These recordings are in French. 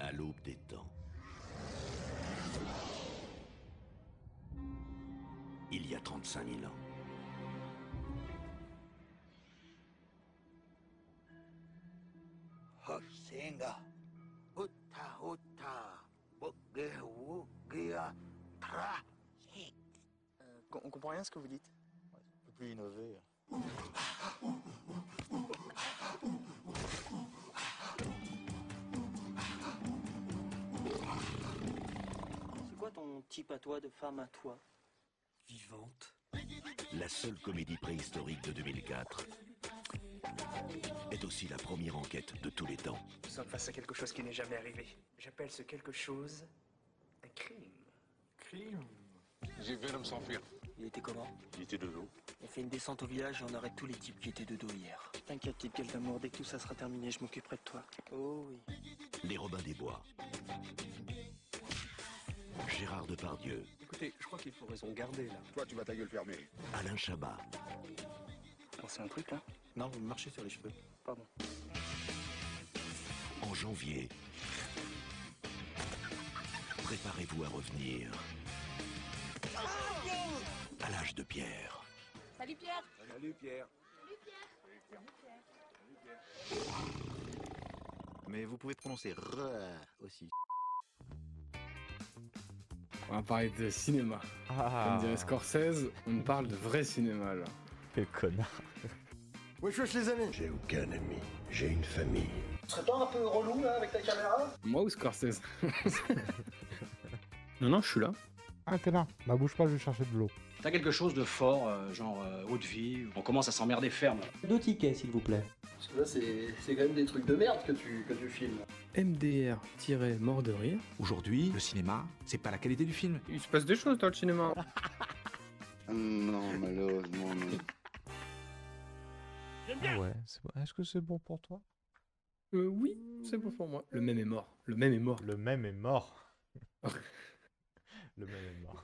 À l'aube des temps. Il y a 35 000 ans. Hosenga, Utta Utta, Bogge Woggia, Tra. On comprend rien à ce que vous dites. On peut plus innover. C'est quoi ton type à toi de femme à toi? Vivante. La seule comédie préhistorique de 2004 est aussi la première enquête de tous les temps. Nous sommes face à quelque chose qui n'est jamais arrivé. J'appelle ce quelque chose un crime. Crime. J'ai vu l'homme s'enfuir. Il était comment? Il était de l'eau. On fait une descente au village et on arrête tous les types qui étaient de dos hier. T'inquiète, petite gueule d'amour, dès que tout ça sera terminé, je m'occuperai de toi. Oh oui. Les Robins des Bois. Gérard Depardieu. Écoutez, je crois qu'il faut raison garder, là. Toi, tu vas ta gueule fermée. Alain Chabat. C'est un truc, là? Non, vous me marchez sur les cheveux. Pardon. En janvier. Préparez-vous à revenir. À l'âge de pierre. Salut Pierre. Salut, Pierre. Mais vous pouvez prononcer R aussi. On va parler de cinéma. Ah, Comme dirait Scorsese, on parle de vrai cinéma là. quel connard. Wesh wesh les amis. J'ai aucun ami. J'ai une famille. Tu serais pas un peu relou là avec ta caméra? Moi ou Scorsese? Non, je suis là. Ah, t'es là. Bah, bouge pas, je vais chercher de l'eau. T'as quelque chose de fort, genre eau de vie, on commence à s'emmerder ferme. 2 tickets, s'il vous plaît. Parce que là c'est quand même des trucs de merde que tu filmes. MDR-mort de rire. Aujourd'hui, le cinéma, c'est pas la qualité du film. Il se passe des choses dans le cinéma. Non, malheureusement, non. Ah ouais, est-ce que c'est bon pour toi? Oui, c'est bon pour moi. Le même est mort. Le même est mort. Le même est mort. Le même est mort.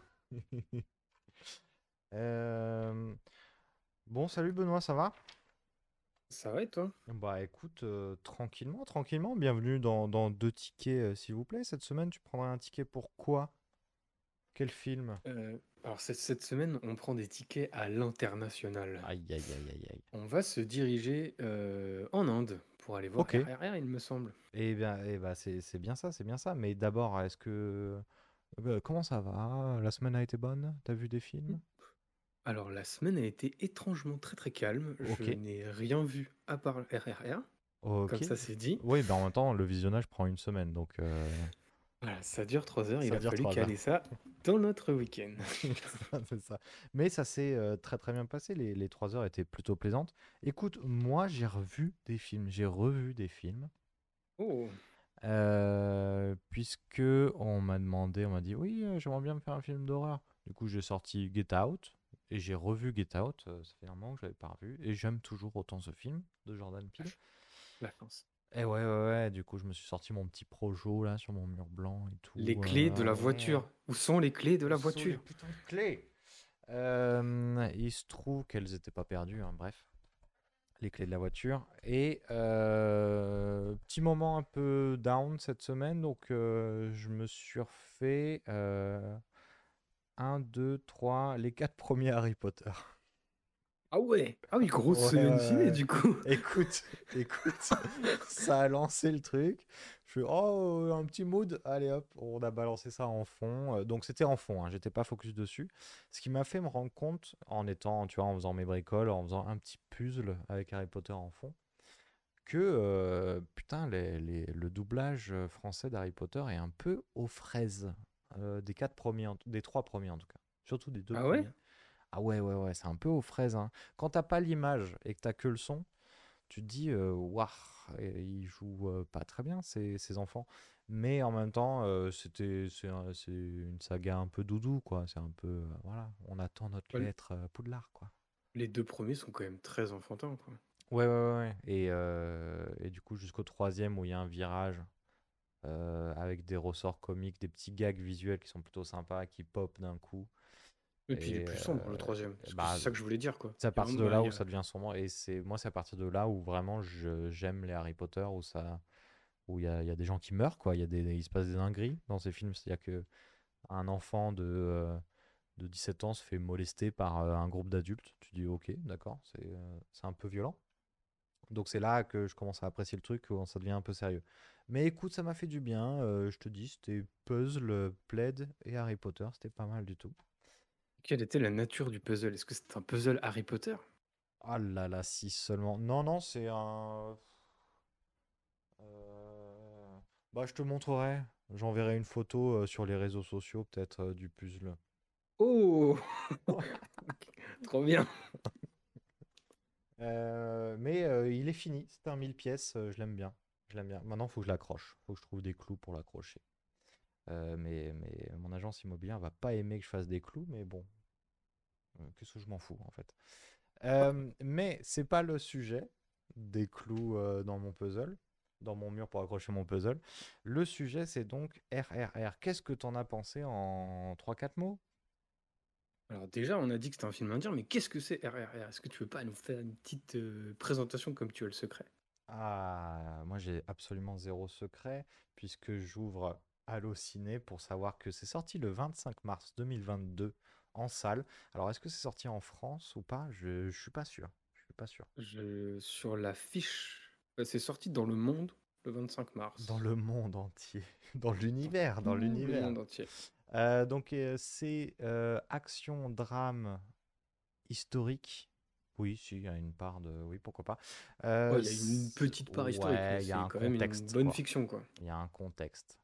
Bon, salut Benoît, ça va? Ça va et toi? Bah écoute, tranquillement, tranquillement. Bienvenue dans deux tickets, s'il vous plaît. Cette semaine, tu prendras un ticket pour quoi? Quel film? Alors cette semaine, on prend des tickets à l'international. Aïe, aïe, aïe, aïe, aïe. On va se diriger en Inde pour aller voir Ok. RRR, il me semble. Eh ben, c'est bien ça, c'est bien ça. Mais d'abord, est-ce que... comment ça va? La semaine a été bonne? T'as vu des films? Alors la semaine a été étrangement très très calme. Ok. Je n'ai rien vu à part RRR. Ok. Comme ça c'est dit. Oui, bah en même temps, le visionnage prend une semaine, donc... Voilà, ça dure 3 heures. Ça Il a dure fallu 3 caler ça dans notre week-end. C'est ça. Mais ça s'est très très bien passé. Les 3 heures étaient plutôt plaisantes. Écoute, moi j'ai revu des films, j'ai revu des films. Oh, Puisque on m'a dit oui, j'aimerais bien me faire un film d'horreur. Du coup, j'ai sorti Get Out et j'ai revu Get Out. Ça fait un moment que je l'avais pas revu et j'aime toujours autant ce film de Jordan Peele. la chance. Et ouais. Du coup, je me suis sorti mon petit projo là sur mon mur blanc et tout. Les clés de la Ouais. voiture. Où sont les clés de la Où sont les voiture? putains de clés? Il se trouve qu'elles étaient pas perdues, hein, bref. Les clés de la voiture. Et petit moment un peu down cette semaine, donc je me suis refait 1, 2, 3, les 4 premiers Harry Potter. Ah ouais. Ah oui, grosse Ouais, semaine ouais, ciné ouais. du coup. Écoute, ça a lancé le truc. Je fais, oh, un petit mood. Allez hop, on a balancé ça en fond. Donc c'était en fond, hein, j'étais pas focus dessus. Ce qui m'a fait me rendre compte, en étant, tu vois, en faisant mes bricoles, en faisant un petit puzzle avec Harry Potter en fond, que putain, le doublage français d'Harry Potter est un peu aux fraises. Des 4 premiers, des 3 premiers en tout cas. Surtout des 2 Ah ouais? premiers. Ah ouais, c'est un peu aux fraises, hein. Quand t'as pas l'image et que t'as que le son, tu te dis, waouh, ils jouent pas très bien, ces enfants. Mais en même temps, c'est une saga un peu doudou, quoi. C'est un peu, voilà, on attend notre Ouais, lettre Poudlard, quoi. les 2 premiers sont quand même très enfantins quoi. Ouais. Et du coup, jusqu'au troisième où il y a un virage avec des ressorts comiques, des petits gags visuels qui sont plutôt sympas, qui pop d'un coup. Et puis il est Et plus sombre le troisième. Parce que bah, c'est ça que je voulais dire quoi. c'est à Il y a partir de vraiment- là il y où a- ça devient sombre. Et c'est à partir de là où vraiment j'aime les Harry Potter, où ça, où il y a des gens qui meurent, quoi. Il se passe des dingueries dans ces films. C'est-à-dire que un enfant de 17 ans se fait molester par un groupe d'adultes. Tu dis ok, d'accord, c'est un peu violent. Donc c'est là que je commence à apprécier le truc, quand ça devient un peu sérieux. Mais écoute, ça m'a fait du bien. Je te dis, c'était Puzzle, Plaid et Harry Potter. C'était pas mal du tout. Quelle était la nature du puzzle? Est-ce que c'est un puzzle Harry Potter? Ah là là, si seulement. Non, non, c'est un. Euh, Bah, je te montrerai. J'enverrai une photo sur les réseaux sociaux, peut-être du puzzle. Oh! Trop bien. Mais il est fini. C'était un 1000 pièces. Je l'aime bien. Je l'aime bien. Maintenant, il faut que je l'accroche. Il faut que je trouve des clous pour l'accrocher. Mais mon agence immobilière va pas aimer que je fasse des clous. Mais bon, qu'est-ce que je m'en fous en fait. Mais c'est pas le sujet des clous dans mon puzzle, dans mon mur pour accrocher mon puzzle. Le sujet, c'est donc RRR. Qu'est-ce que t'en as pensé en 3-4 mots? Alors déjà, on a dit que c'était un film indien, mais qu'est-ce que c'est RRR? Est-ce que tu veux pas nous faire une petite présentation comme tu as le secret? Ah, moi j'ai absolument zéro secret, puisque j'ouvre Allociné pour savoir que c'est sorti le 25 mars 2022 en salle. Alors est-ce que c'est sorti en France ou pas? Je suis pas sûr. Je suis pas sûr. Sur la fiche, c'est sorti dans le monde le 25 Dans mars. le monde entier, dans l'univers, dans Tout le l'univers. monde entier. Donc c'est action, drame, historique. Oui, si, il y a une part de... Oui, pourquoi pas. Ouais, il y a une petite part historique, mais Ouais, il y a c'est un quand même une contexte, bonne quoi. fiction, quoi. Il y a un contexte.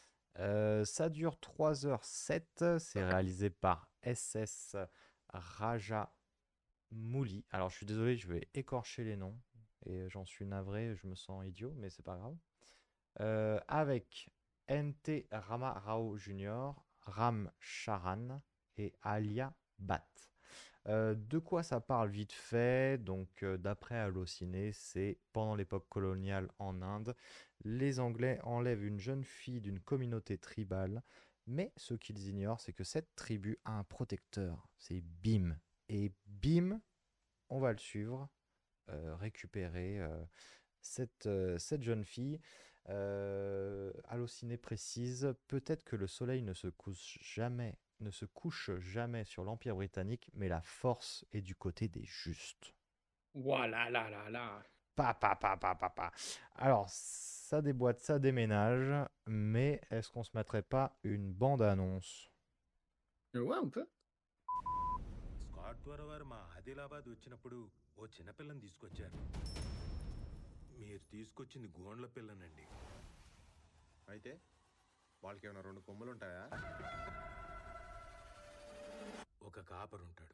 Ça dure 3h07. C'est réalisé par SS Rajamouli. Alors, je suis désolé, je vais écorcher les noms. Et j'en suis navré, je me sens idiot, mais c'est pas grave. Avec NT Rama Rao Jr., Ram Charan et Alia Bhatt. De quoi ça parle vite fait? Donc, d'après Allociné, c'est pendant l'époque coloniale en Inde, les Anglais enlèvent une jeune fille d'une communauté tribale, mais ce qu'ils ignorent, c'est que cette tribu a un protecteur, c'est Bim. Et Bim, on va le suivre, récupérer cette jeune fille. Allociné précise, peut-être que le soleil ne se couche jamais sur l'Empire britannique, mais la force est du côté des justes. Voilà, là, là, là. Pa. Alors, ça déboîte, ça déménage, mais est-ce qu'on se mettrait pas une bande-annonce? Ouais, on peut. స్కాట్ ద్వారా వారు మా ఆదిలాబాద్ వచ్చినప్పుడు ఓ చిన్నపిల్లని తీసుకొచ్చారు. మీరు తీసుకొచ్చింది గోండ్ల పిల్లనండి. అయితే వాళ్ళకి ఏమైనా 2 కొమ్ములు ఉంటాయా? ఒక కాపరుంటాడు.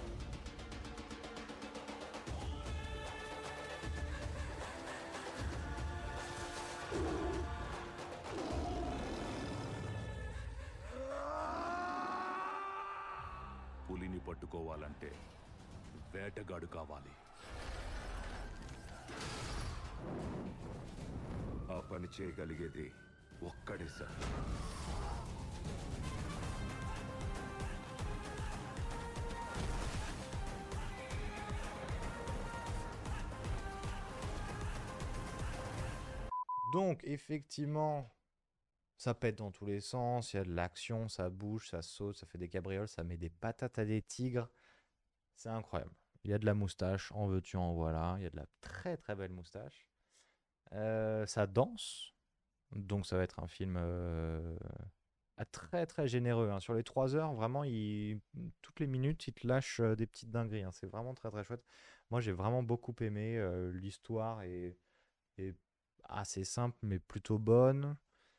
పులిని పట్టుకోవాలంటే వేటగాడు కావాలి. ఆ పని చేయగలిగేది ఒక్కడే సార్. Donc, effectivement, ça pète dans tous les sens, il y a de l'action, ça bouge, ça saute, ça fait des cabrioles, ça met des patates à des tigres. C'est incroyable. Il y a de la moustache, en veux-tu, en voilà. Il y a de la très très belle moustache. Ça danse, donc ça va être un film très très généreux, hein. Sur les 3 heures, vraiment, toutes les minutes, il te lâche des petites dingueries, hein. C'est vraiment très très chouette. Moi, j'ai vraiment beaucoup aimé. L'histoire est assez simple, mais plutôt bonne.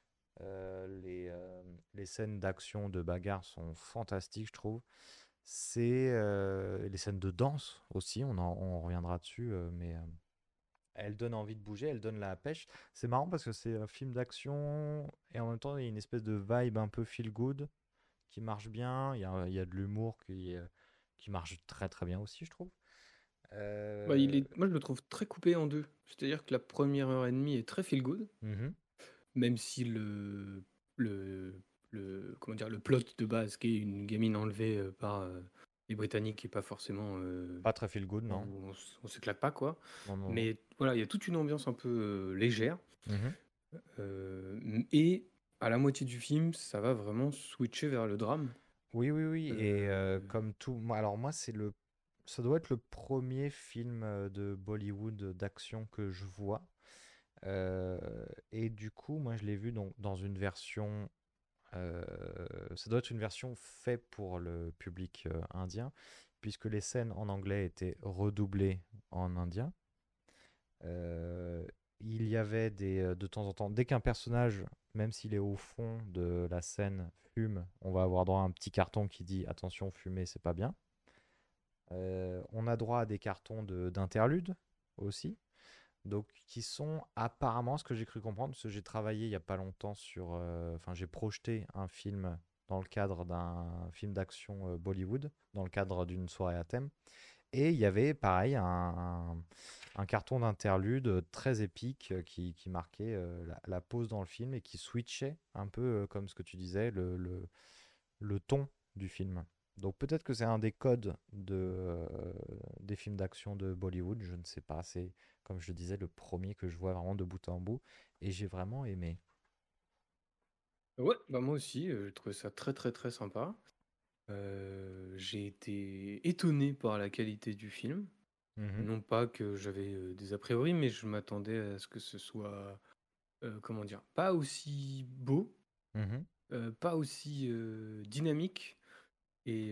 Les scènes d'action, de bagarre sont fantastiques, je trouve. C'est les scènes de danse aussi, on reviendra dessus, mais elle donne envie de bouger, elle donne la pêche. C'est marrant parce que c'est un film d'action et en même temps il y a une espèce de vibe un peu feel good qui marche bien. Il y a de l'humour qui marche très très bien aussi, je trouve. Bah, moi, je le trouve très coupé en deux. C'est-à-dire que la première heure et demie est très feel good, Mhm. même si comment dire, le plot de base, qui est une gamine enlevée par les Britanniques, qui est pas forcément. Pas très feel good, non. On s'éclate pas, quoi. Non, non, non. Mais voilà, il y a toute une ambiance un peu légère. Mhm. Et à la moitié du film, ça va vraiment switcher vers le drame. Oui, oui, oui. Et Euh, comme tout, alors moi, ça doit être le premier film de Bollywood d'action que je vois. Euh, et du coup, moi, je l'ai vu donc dans une version. euh, Ça doit être une version faite pour le public indien, puisque les scènes en anglais étaient redoublées en indien. Euh, il y avait de temps en temps, dès qu'un personnage, même s'il est au fond de la scène, fume, on va avoir droit à un petit carton qui dit attention, fumer, c'est pas bien. On a droit à des cartons d'interlude aussi, donc qui sont apparemment, ce que j'ai cru comprendre, parce que j'ai travaillé il y a pas longtemps sur, enfin j'ai projeté un film dans le cadre d'un film d'action Bollywood, dans le cadre d'une soirée à thème. Et il y avait pareil un carton d'interlude très épique qui marquait la pause dans le film et qui switchait un peu, comme ce que tu disais, le ton du film. Donc peut-être que c'est un des codes des films d'action de Bollywood, je ne sais pas. C'est, comme je le disais, le premier que je vois vraiment de bout en bout. Et j'ai vraiment aimé. Ouais, bah moi aussi, j'ai trouvé ça très très très sympa. J'ai été étonné par la qualité du film. Mhm, Non pas que j'avais des a priori, mais je m'attendais à ce que ce soit, comment dire, pas aussi beau, mhm. pas aussi dynamique, et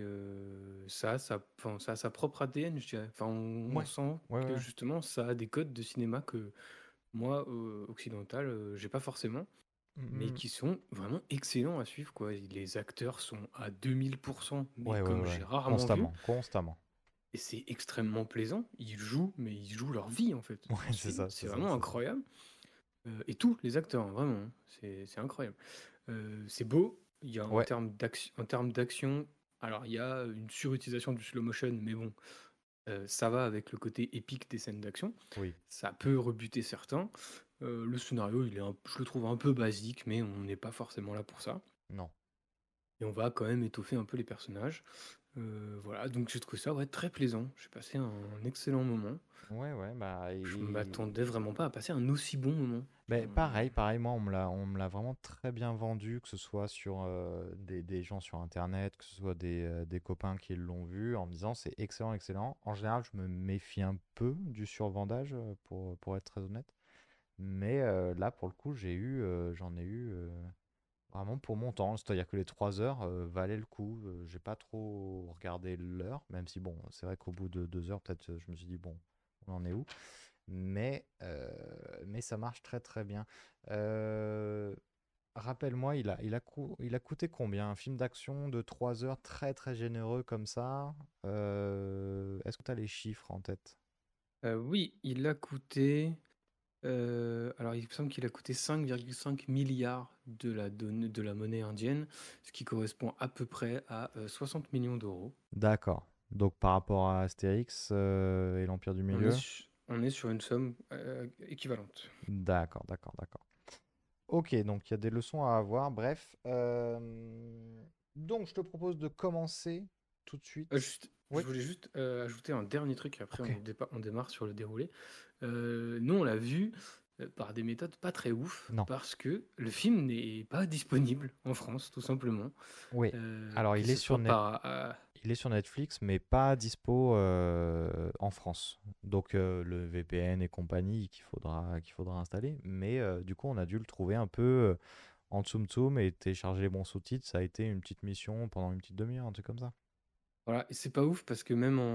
enfin, ça a sa propre ADN, je dirais. Enfin, on Ouais, sent ouais, que ouais. justement, ça a des codes de cinéma que moi, occidental, j'ai pas forcément, mais Mhm. qui sont vraiment excellents à suivre, quoi. Les acteurs sont à 2000%, mais Ouais, ouais, comme ouais. j'ai rarement vu. Constamment, constamment. Et c'est extrêmement plaisant. Ils jouent, mais ils jouent leur vie en fait Ouais, dans ce c'est film. ça, C'est c'est ça, vraiment c'est ça. incroyable. Et tous les acteurs, hein, vraiment, hein. C'est incroyable. C'est beau. Il y a Ouais, en termes d'action, alors il y a une surutilisation du slow motion, mais bon, ça va avec le côté épique des scènes d'action. oui, Ça peut rebuter certains. Le scénario, je le trouve un peu basique, mais on n'est pas forcément là pour ça. non. Et on va quand même étoffer un peu les personnages. Voilà, donc j'ai trouvé ça ouais, très plaisant. J'ai passé un excellent moment. Ouais, ouais, bah, Je m'attendais vraiment pas à passer un aussi bon moment. ben, Enfin, pareil, pareil, moi on me l'a vraiment très bien vendu, que ce soit sur des gens sur internet, que ce soit des copains qui l'ont vu, en me disant c'est excellent, excellent. En général, je me méfie un peu du survendage, pour être très honnête. Mais là, pour le coup, j'en ai eu vraiment pour mon temps. C'est-à-dire que les 3 heures valaient le coup. J'ai pas trop regardé l'heure, même si bon, c'est vrai qu'au bout de 2 heures, peut-être je me suis dit bon, on en est où? Mais ça marche très très bien. Euh, Rappelle-moi, il a coûté combien? Un film d'action de 3 heures très très généreux comme ça. Est-ce que tu as les chiffres en tête? oui, il a coûté. Alors, il me semble qu'il a coûté 5,5 milliards de la monnaie indienne, ce qui correspond à peu près à 60 millions d'euros. D'accord. Donc par rapport à Astérix et l'Empire du Milieu? On est sur une somme équivalente. D'accord, d'accord, d'accord. Ok, donc il y a des leçons à avoir. Bref, donc je te propose de commencer tout de suite. Je Oui, voulais juste ajouter un dernier truc, et après ok. on démarre sur le déroulé. Nous, on l'a vu par des méthodes pas très ouf, Non. parce que le film n'est pas disponible en France, tout simplement. Oui. Alors Que ce soit par... il est sur Netflix, mais pas dispo en France. Donc le VPN et compagnie qu'il faudra installer. Mais du coup, on a dû le trouver un peu en tsum tsum et télécharger les bons sous-titres. Ça a été une petite mission pendant une petite demi-heure, un truc comme ça. Voilà, et c'est pas ouf parce que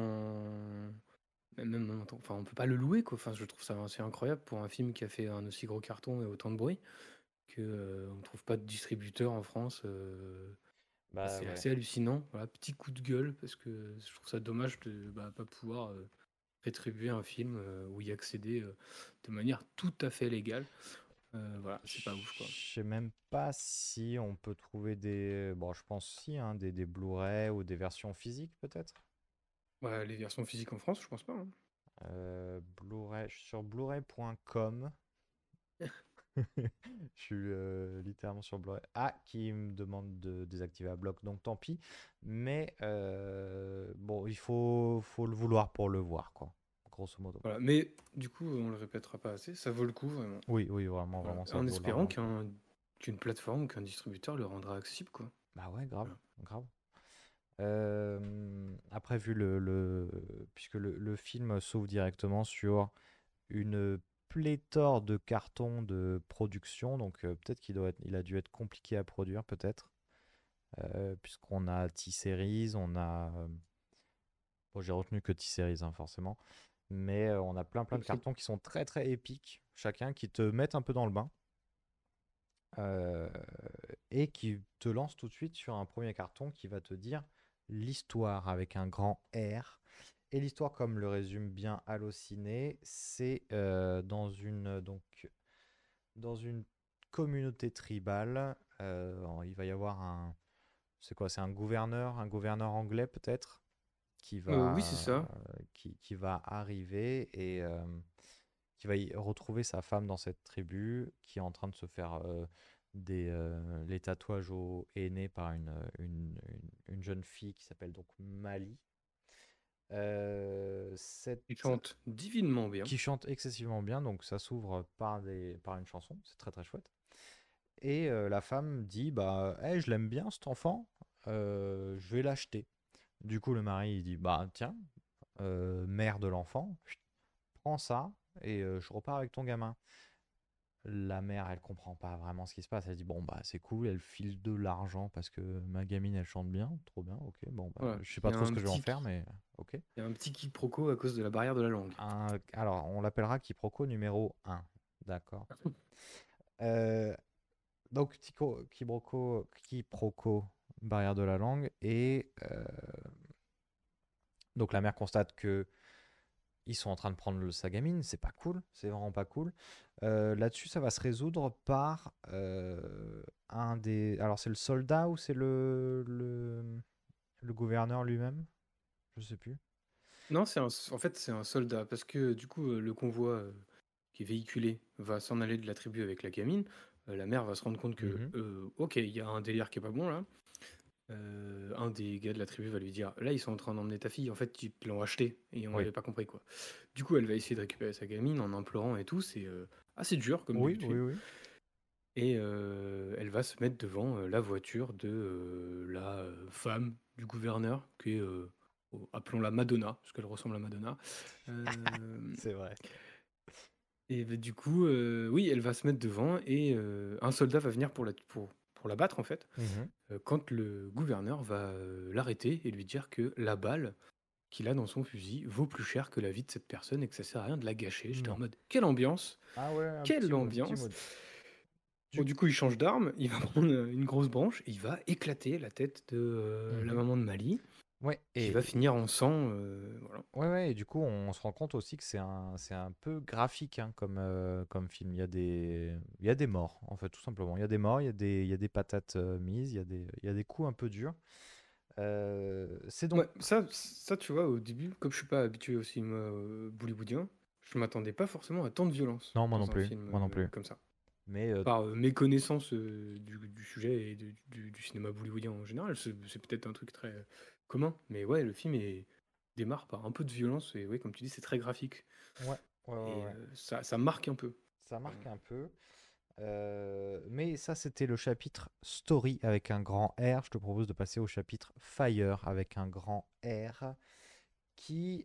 enfin, on peut pas le louer, quoi. Enfin, je trouve ça assez incroyable pour un film qui a fait un aussi gros carton et autant de bruit que on trouve pas de distributeur en France. Bah C'est ouais. assez hallucinant. Voilà, petit coup de gueule parce que je trouve ça dommage de pas pouvoir rétribuer un film ou y accéder de manière tout à fait légale. Voilà, c'est pas ouf, quoi. Je sais même pas si on peut trouver des. Bon, je pense si, hein, des Blu-ray ou des versions physiques peut-être. Ouais, les versions physiques en France, je pense pas, hein. Blu-ray, je suis sur blu-ray.com. Je suis littéralement sur Blu-ray. Ah, qui me demande de désactiver la bloc, donc tant pis. Mais bon, faut le vouloir pour le voir, quoi. grosso modo. Voilà. Mais du coup, on le répétera pas assez, ça vaut le coup vraiment. Oui, oui, vraiment, Voilà. vraiment, ça En vaut espérant largement le coup. qu'une plateforme ou qu'un distributeur le rendra accessible, quoi. Bah ouais, grave, Voilà. grave. Après, vu puisque le film s'ouvre directement sur une pléthore de cartons de production, donc peut-être il a dû être compliqué à produire, peut-être, puisqu'on a T-Series, on a... bon, j'ai retenu que T-Series, hein, forcément, mais on a plein de cartons qui sont très très épiques, chacun, qui te mettent un peu dans le bain, et qui te lance tout de suite sur un premier carton qui va te dire l'histoire avec un grand R. Et l'histoire, comme le résume bien Allociné, c'est dans une communauté tribale. Il va y avoir c'est quoi? C'est un gouverneur anglais peut-être, Oui, c'est ça. qui va arriver et qui va y retrouver sa femme dans cette tribu, qui est en train de se faire les tatouages au henné par une jeune fille qui s'appelle donc Mali. Il chante divinement bien. Qui chante excessivement bien, donc ça s'ouvre par une chanson, c'est très très chouette. Et la femme dit bah hey, je l'aime bien cet enfant, je vais l'acheter. Du coup le mari il dit bah tiens, mère de l'enfant, prends ça et je repars avec ton gamin. La mère, elle comprend pas vraiment ce qui se passe. Elle dit bon bah c'est cool, elle file de l'argent parce que ma gamine elle chante bien, trop bien, ok. Bon bah Voilà. je sais pas trop ce que je vais en faire, mais ok. Il y a un petit quiproquo à cause de la barrière de la langue. Alors on l'appellera quiproquo numéro 1, d'accord. Donc quiproquo, barrière de la langue, et donc la mère constate que ils sont en train de prendre sa gamine, c'est pas cool, c'est vraiment pas cool. Là-dessus, ça va se résoudre par un des... Alors, c'est le soldat ou c'est le gouverneur lui-même? Je sais plus. Non, en fait, c'est un soldat, parce que du coup, le convoi qui est véhiculé va s'en aller de la tribu avec la gamine. La mère va se rendre compte que, ok, il y a un délire qui est pas bon là. Un des gars de la tribu va lui dire, là, ils sont en train d'emmener ta fille, en fait, ils l'ont achetée, et on Oui. n'avait pas compris quoi. Du coup, elle va essayer de récupérer sa gamine en implorant et tout, c'est assez dur comme début de film. Oui. Et elle va se mettre devant la voiture de la femme du gouverneur, qui est, appelons-la Madonna, parce qu'elle ressemble à Madonna. C'est vrai. Et bah, du coup, oui, elle va se mettre devant et un soldat va venir pour la battre, en fait, quand le gouverneur va l'arrêter et lui dire que la balle qu'il a dans son fusil vaut plus cher que la vie de cette personne et que ça sert à rien de la gâcher. J'étais en Non. mode, quelle ambiance! Ah ouais, un Quelle petit ambiance! mood. Bon, du coup, il change d'arme, il va prendre une grosse branche et il va éclater la tête de la maman de Mali, Ouais, qui et va finir en sang. Voilà. ouais, et du coup, on se rend compte aussi que c'est un peu graphique, hein, comme film. Il y a des morts, en fait, tout simplement. Il y a des morts, il y a des patates mises, il y a des coups un peu durs. C'est donc... Ouais, ça, tu vois, au début, comme je suis pas habitué au cinéma bollywoodien, je m'attendais pas forcément à tant de violence Non, moi non dans un plus, film moi non plus. comme ça. Mais Par méconnaissance du sujet et du cinéma bollywoodien en général, c'est peut-être un truc très commun, mais ouais, le film démarre par un peu de violence et ouais, comme tu dis, c'est très graphique. ouais. Et ça marque un peu. Ça marque un peu. Mais ça, c'était le chapitre Story avec un grand R. Je te propose de passer au chapitre Fire avec un grand R, qui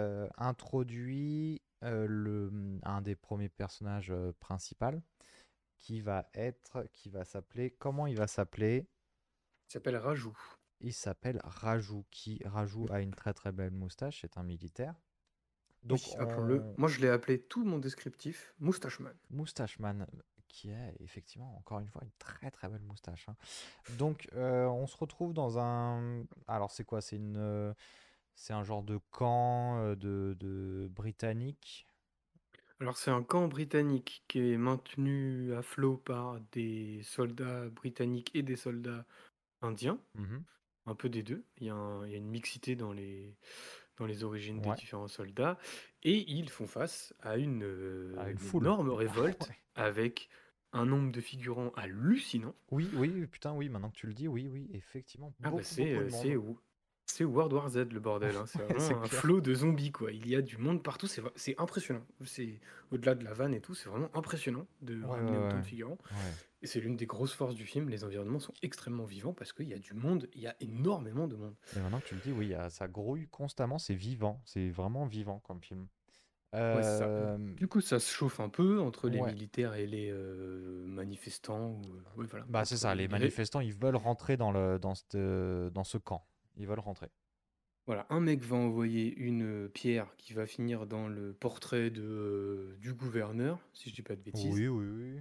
introduit un des premiers personnages principaux, qui va s'appeler... Comment il va s'appeler? Il s'appelle Raju. Il s'appelle Raju, Raju a une très très belle moustache, c'est un militaire. Donc Oui, appelons-le. Moi, je l'ai appelé tout mon descriptif Moustacheman. Moustacheman, qui est effectivement, encore une fois, une très très belle moustache, hein. Donc, on se retrouve dans un... Alors, c'est quoi? C'est un genre de camp de britannique. Alors, c'est un camp britannique qui est maintenu à flot par des soldats britanniques et des soldats indiens, un peu des deux. Il y a une mixité dans les origines des différents soldats, et ils font face à une foule. énorme révolte avec un nombre de figurants hallucinant. Oui, putain, oui, maintenant que tu le dis, oui, effectivement, Ah bah beaucoup de monde. C'est World War Z le bordel, hein. C'est Ouais, c'est vraiment un clair. flot de zombies, quoi. Il y a du monde partout, c'est impressionnant. C'est au-delà de la vanne et tout, c'est vraiment impressionnant de Ouais, ramener autant ouais, de figurants. ouais. Et c'est l'une des grosses forces du film. Les environnements sont extrêmement vivants parce qu'il y a du monde, il y a énormément de monde. Et maintenant que tu le dis, oui, ça grouille constamment, c'est vivant, c'est vraiment vivant comme film. Ouais, c'est ça. Euh, Du coup, ça se chauffe un peu entre les ouais, militaires et les manifestants. Oui, voilà. bah c'est Entre ça, les les manifestants, ils veulent rentrer dans ce camp. Ils veulent rentrer. Voilà, un mec va envoyer une pierre qui va finir dans le portrait du gouverneur, si je dis pas de bêtises. Oui, oui, oui.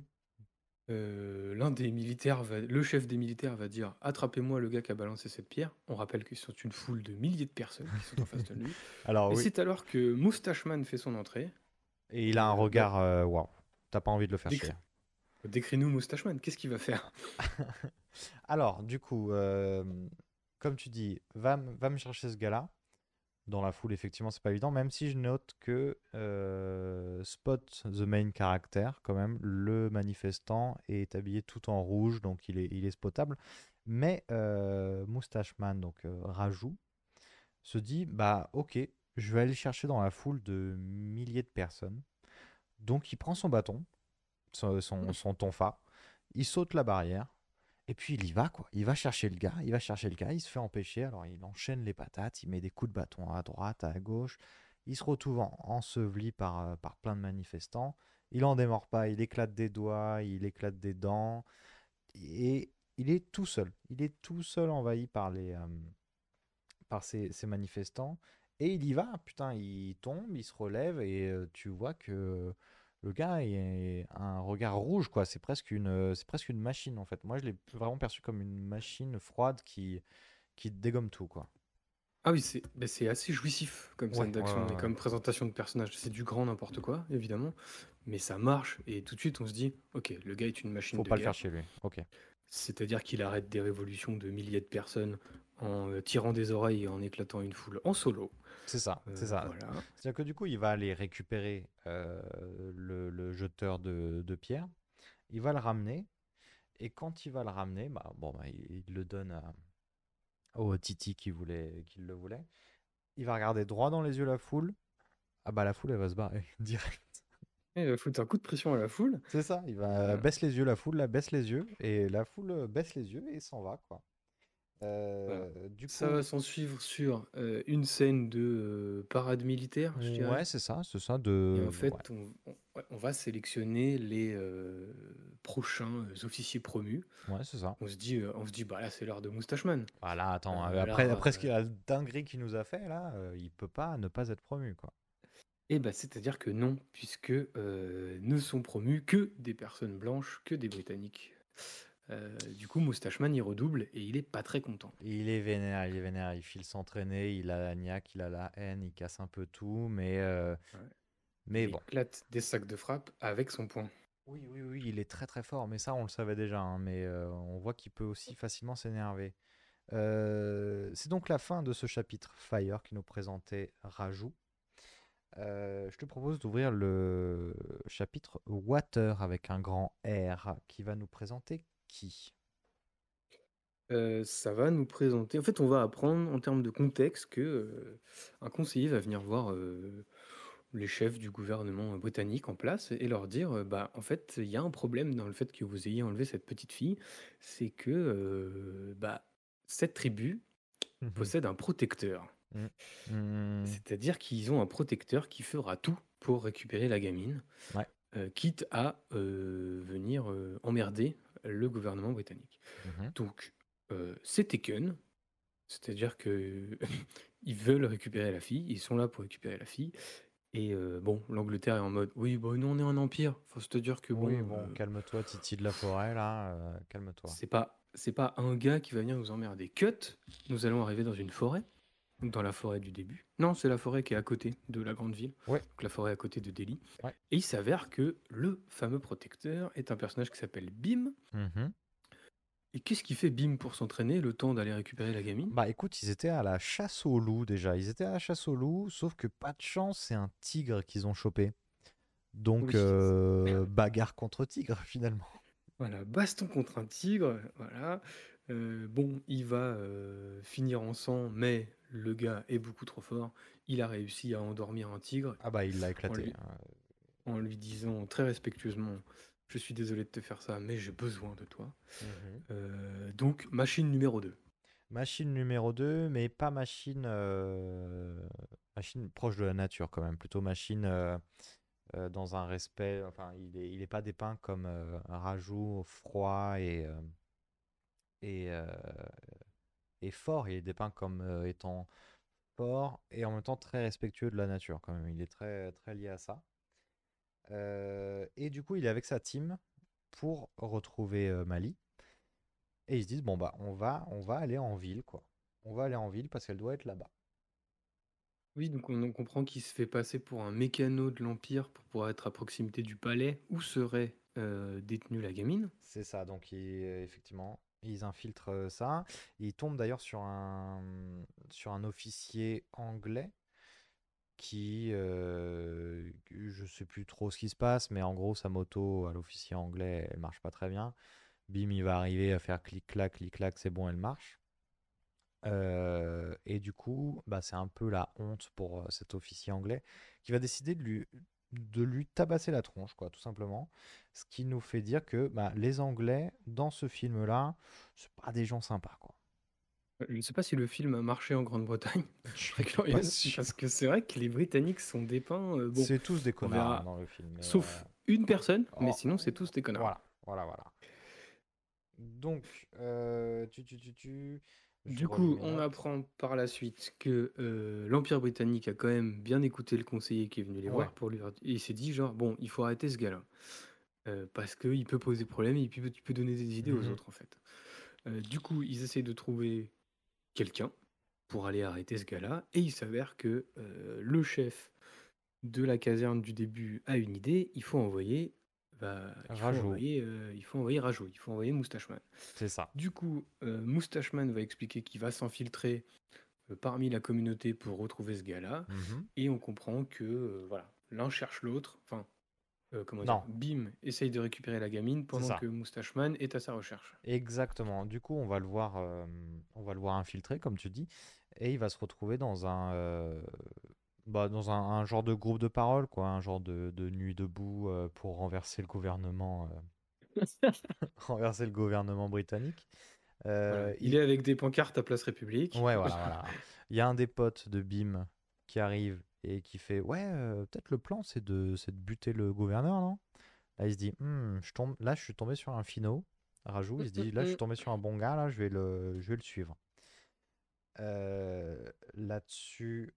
L'un des militaires le chef des militaires va dire attrapez-moi le gars qui a balancé cette pierre. On rappelle qu'ils sont une foule de milliers de personnes qui sont en face de lui. Alors Et oui, c'est alors que Moustacheman fait son entrée. et il a un Bah, regard, waouh, t'as pas envie de le faire chier. décris-nous Moustacheman, qu'est-ce qu'il va faire? Alors, du coup, comme tu dis, va me chercher ce gars-là. Dans la foule, effectivement, c'est pas évident, même si je note que Spot, the main character, quand même, le manifestant, est habillé tout en rouge, donc il est spotable. Mais Moustache Man, donc Rajou, se dit, bah ok, je vais aller chercher dans la foule de milliers de personnes. Donc il prend son bâton, son tonfa, il saute la barrière, et puis il y va, quoi. Il va chercher le gars, il se fait empêcher, alors il enchaîne les patates, il met des coups de bâton à droite, à gauche, il se retrouve enseveli par plein de manifestants, il en démord pas, il éclate des doigts, il éclate des dents, et il est tout seul envahi par ces manifestants, et il y va, putain, il tombe, il se relève, et tu vois que le gars a un regard rouge, quoi. C'est presque une machine, en fait. Moi, je l'ai vraiment perçu comme une machine froide qui dégomme tout, quoi. Ah oui, c'est assez jouissif comme Ouais, scène ouais, d'action ouais, et ouais. comme présentation de personnage. C'est du grand n'importe quoi, évidemment, mais ça marche et tout de suite on se dit, ok, le gars est une machine Faut de pas le faire guerre, chez lui. Ok. c'est-à-dire qu'il arrête des révolutions de milliers de personnes en tirant des oreilles et en éclatant une foule en solo. C'est ça, c'est ça. Voilà. C'est-à-dire que du coup, il va aller récupérer le jeteur de pierre. Il va le ramener. Et quand il va le ramener, bah, bon, bah, il le donne au Titi qui le voulait. Il va regarder droit dans les yeux la foule. Ah bah la foule, elle va se barrer direct. Et il va foutre un coup de pression à la foule. C'est ça, il va Voilà. baisse les yeux, la foule, là, baisse les yeux. Et la foule baisse les yeux et s'en va, quoi. Voilà. Du Ça coup, va s'en suivre sur une scène de parade militaire, je dirais. ouais, c'est ça Et de... en fait, Ouais, ouais, on va sélectionner les prochains officiers promus. ouais, c'est ça. On se dit, bah là, c'est l'heure de Moustacheman. Voilà, attends, Alors, après ce qu'il a, la dinguerie qu'il nous a fait, là, il peut pas ne pas être promu, quoi. et bah, c'est-à-dire que non, puisque ne sont promus que des personnes blanches, que des Britanniques. Du coup, Moustacheman, il redouble et il est pas très content. Il est vénère, il file s'entraîner, il a la niaque, il a la haine, il casse un peu tout, mais Il bon. éclate des sacs de frappe avec son poing. Oui, oui, oui, il est très très fort, mais ça on le savait déjà, hein, mais on voit qu'il peut aussi facilement s'énerver. C'est donc la fin de ce chapitre Fire qui nous présentait Rajou. Je te propose d'ouvrir le chapitre Water avec un grand R qui va nous présenter qui? Ça va nous présenter. En fait, on va apprendre en termes de contexte que un conseiller va venir voir les chefs du gouvernement britannique en place et leur dire bah, en fait, il y a un problème dans le fait que vous ayez enlevé cette petite fille. C'est que bah, cette tribu possède un protecteur. Mm. Mm. C'est-à-dire qu'ils ont un protecteur qui fera tout pour récupérer la gamine, Ouais. quitte à venir emmerder le gouvernement britannique. Mhm. Donc, c'est Taken, c'est-à-dire que ils veulent récupérer la fille, ils sont là pour récupérer la fille. Et bon, l'Angleterre est en mode, oui, bah, nous on est un empire, faut se te dire que Oui, bon, bon, calme-toi, Titi de la forêt, là, calme-toi. c'est pas un gars qui va venir nous emmerder. Cut, nous allons arriver dans une forêt, dans la forêt du début. Non, c'est la forêt qui est à côté de la grande ville, Ouais. donc la forêt à côté de Delhi. Ouais. Et il s'avère que le fameux protecteur est un personnage qui s'appelle Bim. Mhm. Et qu'est-ce qu'il fait Bim pour s'entraîner le temps d'aller récupérer la gamine? Bah écoute, ils étaient à la chasse au loup déjà. Ils étaient à la chasse au loup, sauf que pas de chance, c'est un tigre qu'ils ont chopé. Donc Oui. bagarre contre tigre finalement. Voilà, baston contre un tigre, voilà. Bon, il va finir en sang, mais le gars est beaucoup trop fort. Il a réussi à endormir un tigre Ah bah, il l'a en éclaté. lui, Hein. en lui disant très respectueusement, je suis désolé de te faire ça, mais j'ai besoin de toi. Donc, machine numéro 2. Machine numéro 2, mais pas machine, machine proche de la nature quand même. Plutôt machine dans un respect. Enfin, il est pas dépeint comme un rajout froid et, euh, et fort. Il est dépeint comme étant fort et en même temps très respectueux de la nature quand même. Il est très, très lié à ça. Et du coup, il est avec sa team pour retrouver Mali. Et ils se disent, bon, bah, on va aller en ville, quoi. On va aller en ville parce qu'elle doit être là-bas. Oui, donc on comprend qu'il se fait passer pour un mécano de l'Empire pour pouvoir être à proximité du palais où serait détenue la gamine. C'est ça, donc effectivement, ils infiltrent ça. Ils tombent d'ailleurs sur un officier anglais qui, je sais plus trop ce qui se passe, mais en gros, sa moto à l'officier anglais, elle marche pas très bien. Bim, il va arriver à faire clic-clac, c'est bon, elle marche. Et du coup, bah, c'est un peu la honte pour cet officier anglais qui va décider de lui tabasser la tronche, quoi, tout simplement. Ce qui nous fait dire que bah, les Anglais, dans ce film-là, c'est pas des gens sympas, quoi. Je ne sais pas si le film a marché en Grande-Bretagne. Je Je serais suis pas curieuse sûr. parce que c'est vrai que les Britanniques sont dépeints. Bon, C'est tous des on connards hein, verra. dans le film. Mais, Sauf une personne, mais oh, sinon c'est tous des connards. voilà. Donc, je Du relis coup, mes on notes. apprend par la suite que l'Empire britannique a quand même bien écouté le conseiller qui est venu les Ouais. voir pour lui. Et il s'est dit genre bon, il faut arrêter ce gars-là parce qu'il peut poser problème et il peut donner des idées aux Mhm. autres en fait. Du coup, ils essayent de trouver quelqu'un pour aller arrêter ce gars-là et il s'avère que le chef de la caserne du début a une idée. Rajout, Il faut envoyer Rajou, il faut envoyer Moustacheman. c'est ça. Du coup, Moustacheman va expliquer qu'il va s'infiltrer parmi la communauté pour retrouver ce gars-là. Mhm. Et on comprend que voilà, l'un cherche l'autre. Enfin, comment dire, Non, Bim essaye de récupérer la gamine c'est pendant ça. que Moustacheman est à sa recherche. Exactement. Du coup, on va le voir infiltré, comme tu dis, et il va se retrouver dans un genre de groupe de parole, quoi, un genre de nuit debout pour renverser le gouvernement, renverser le gouvernement britannique. Voilà, il Il- est avec des pancartes à Place République. Ouais, voilà. Il y a un des potes de Bim qui arrive et qui fait, ouais, peut-être le plan, c'est de buter le gouverneur, non? Là, il se dit, là, je suis tombé sur un finot. Rajout, il se dit, là, je suis tombé sur un bon gars, là, je vais le suivre. Là-dessus,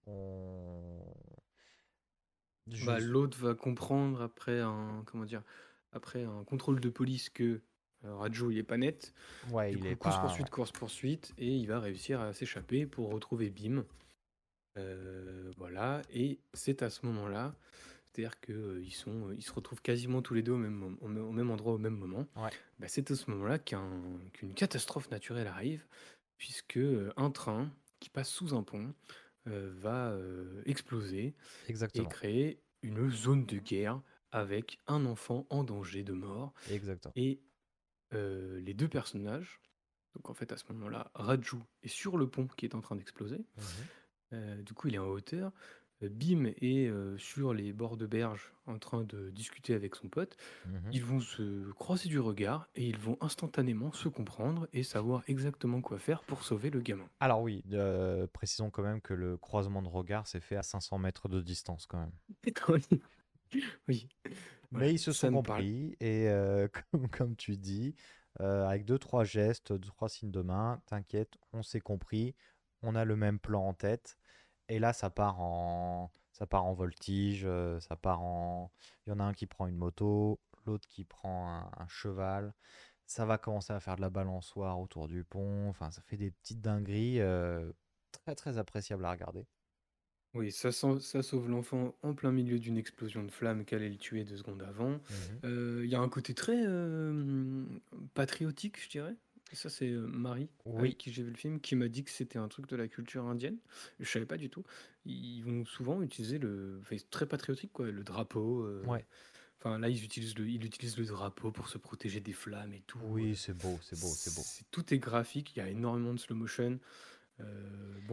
je... Bah, l'autre va comprendre après un contrôle de police que Raju il est pas net. Ouais, Du il coup, est pas... Ouais. course-poursuite, et il va réussir à s'échapper pour retrouver Bim. Voilà, et c'est à ce moment-là, c'est-à-dire ils se retrouvent quasiment tous les deux au même endroit au même moment. Ouais, Bah, c'est à ce moment-là qu'une catastrophe naturelle arrive, puisque un train qui passe sous un pont va exploser et exactement. créer une zone de guerre avec un enfant en danger de mort. Exactement. Et les deux personnages, donc en fait à ce moment-là, Raju est sur le pont qui est en train d'exploser. Mhm. Du coup, il est en hauteur. Bim est sur les bords de berge en train de discuter avec son pote. Mhm. Ils vont se croiser du regard et ils vont instantanément se comprendre et savoir exactement quoi faire pour sauver le gamin. Alors oui, précisons quand même que le croisement de regard s'est fait à 500 mètres de distance quand même. Oui, Mais voilà, ils se ça sont me parle. compris et comme tu dis, avec deux, trois gestes, deux, trois signes de main, t'inquiète, on s'est compris, on a le même plan en tête. Et là, ça part en voltige, il y en a un qui prend une moto, l'autre qui prend un cheval. Ça va commencer à faire de la balançoire autour du pont. Enfin, ça fait des petites dingueries très, très appréciables à regarder. Oui, ça sauve l'enfant en plein milieu d'une explosion de flammes qu'allait le tuer 2 secondes avant. Mhm. Il y a un côté très patriotique, je dirais. Et ça, c'est Marie, Oui, avec qui j'ai vu le film, qui m'a dit que c'était un truc de la culture indienne. Je savais pas du tout. Ils vont souvent utiliser enfin, c'est très patriotique, quoi, le drapeau. ouais. Enfin, là, ils utilisent le drapeau pour se protéger des flammes et tout. Oui, c'est beau, c'est beau, c'est beau. Tout est graphique, il y a énormément de slow motion. Bon,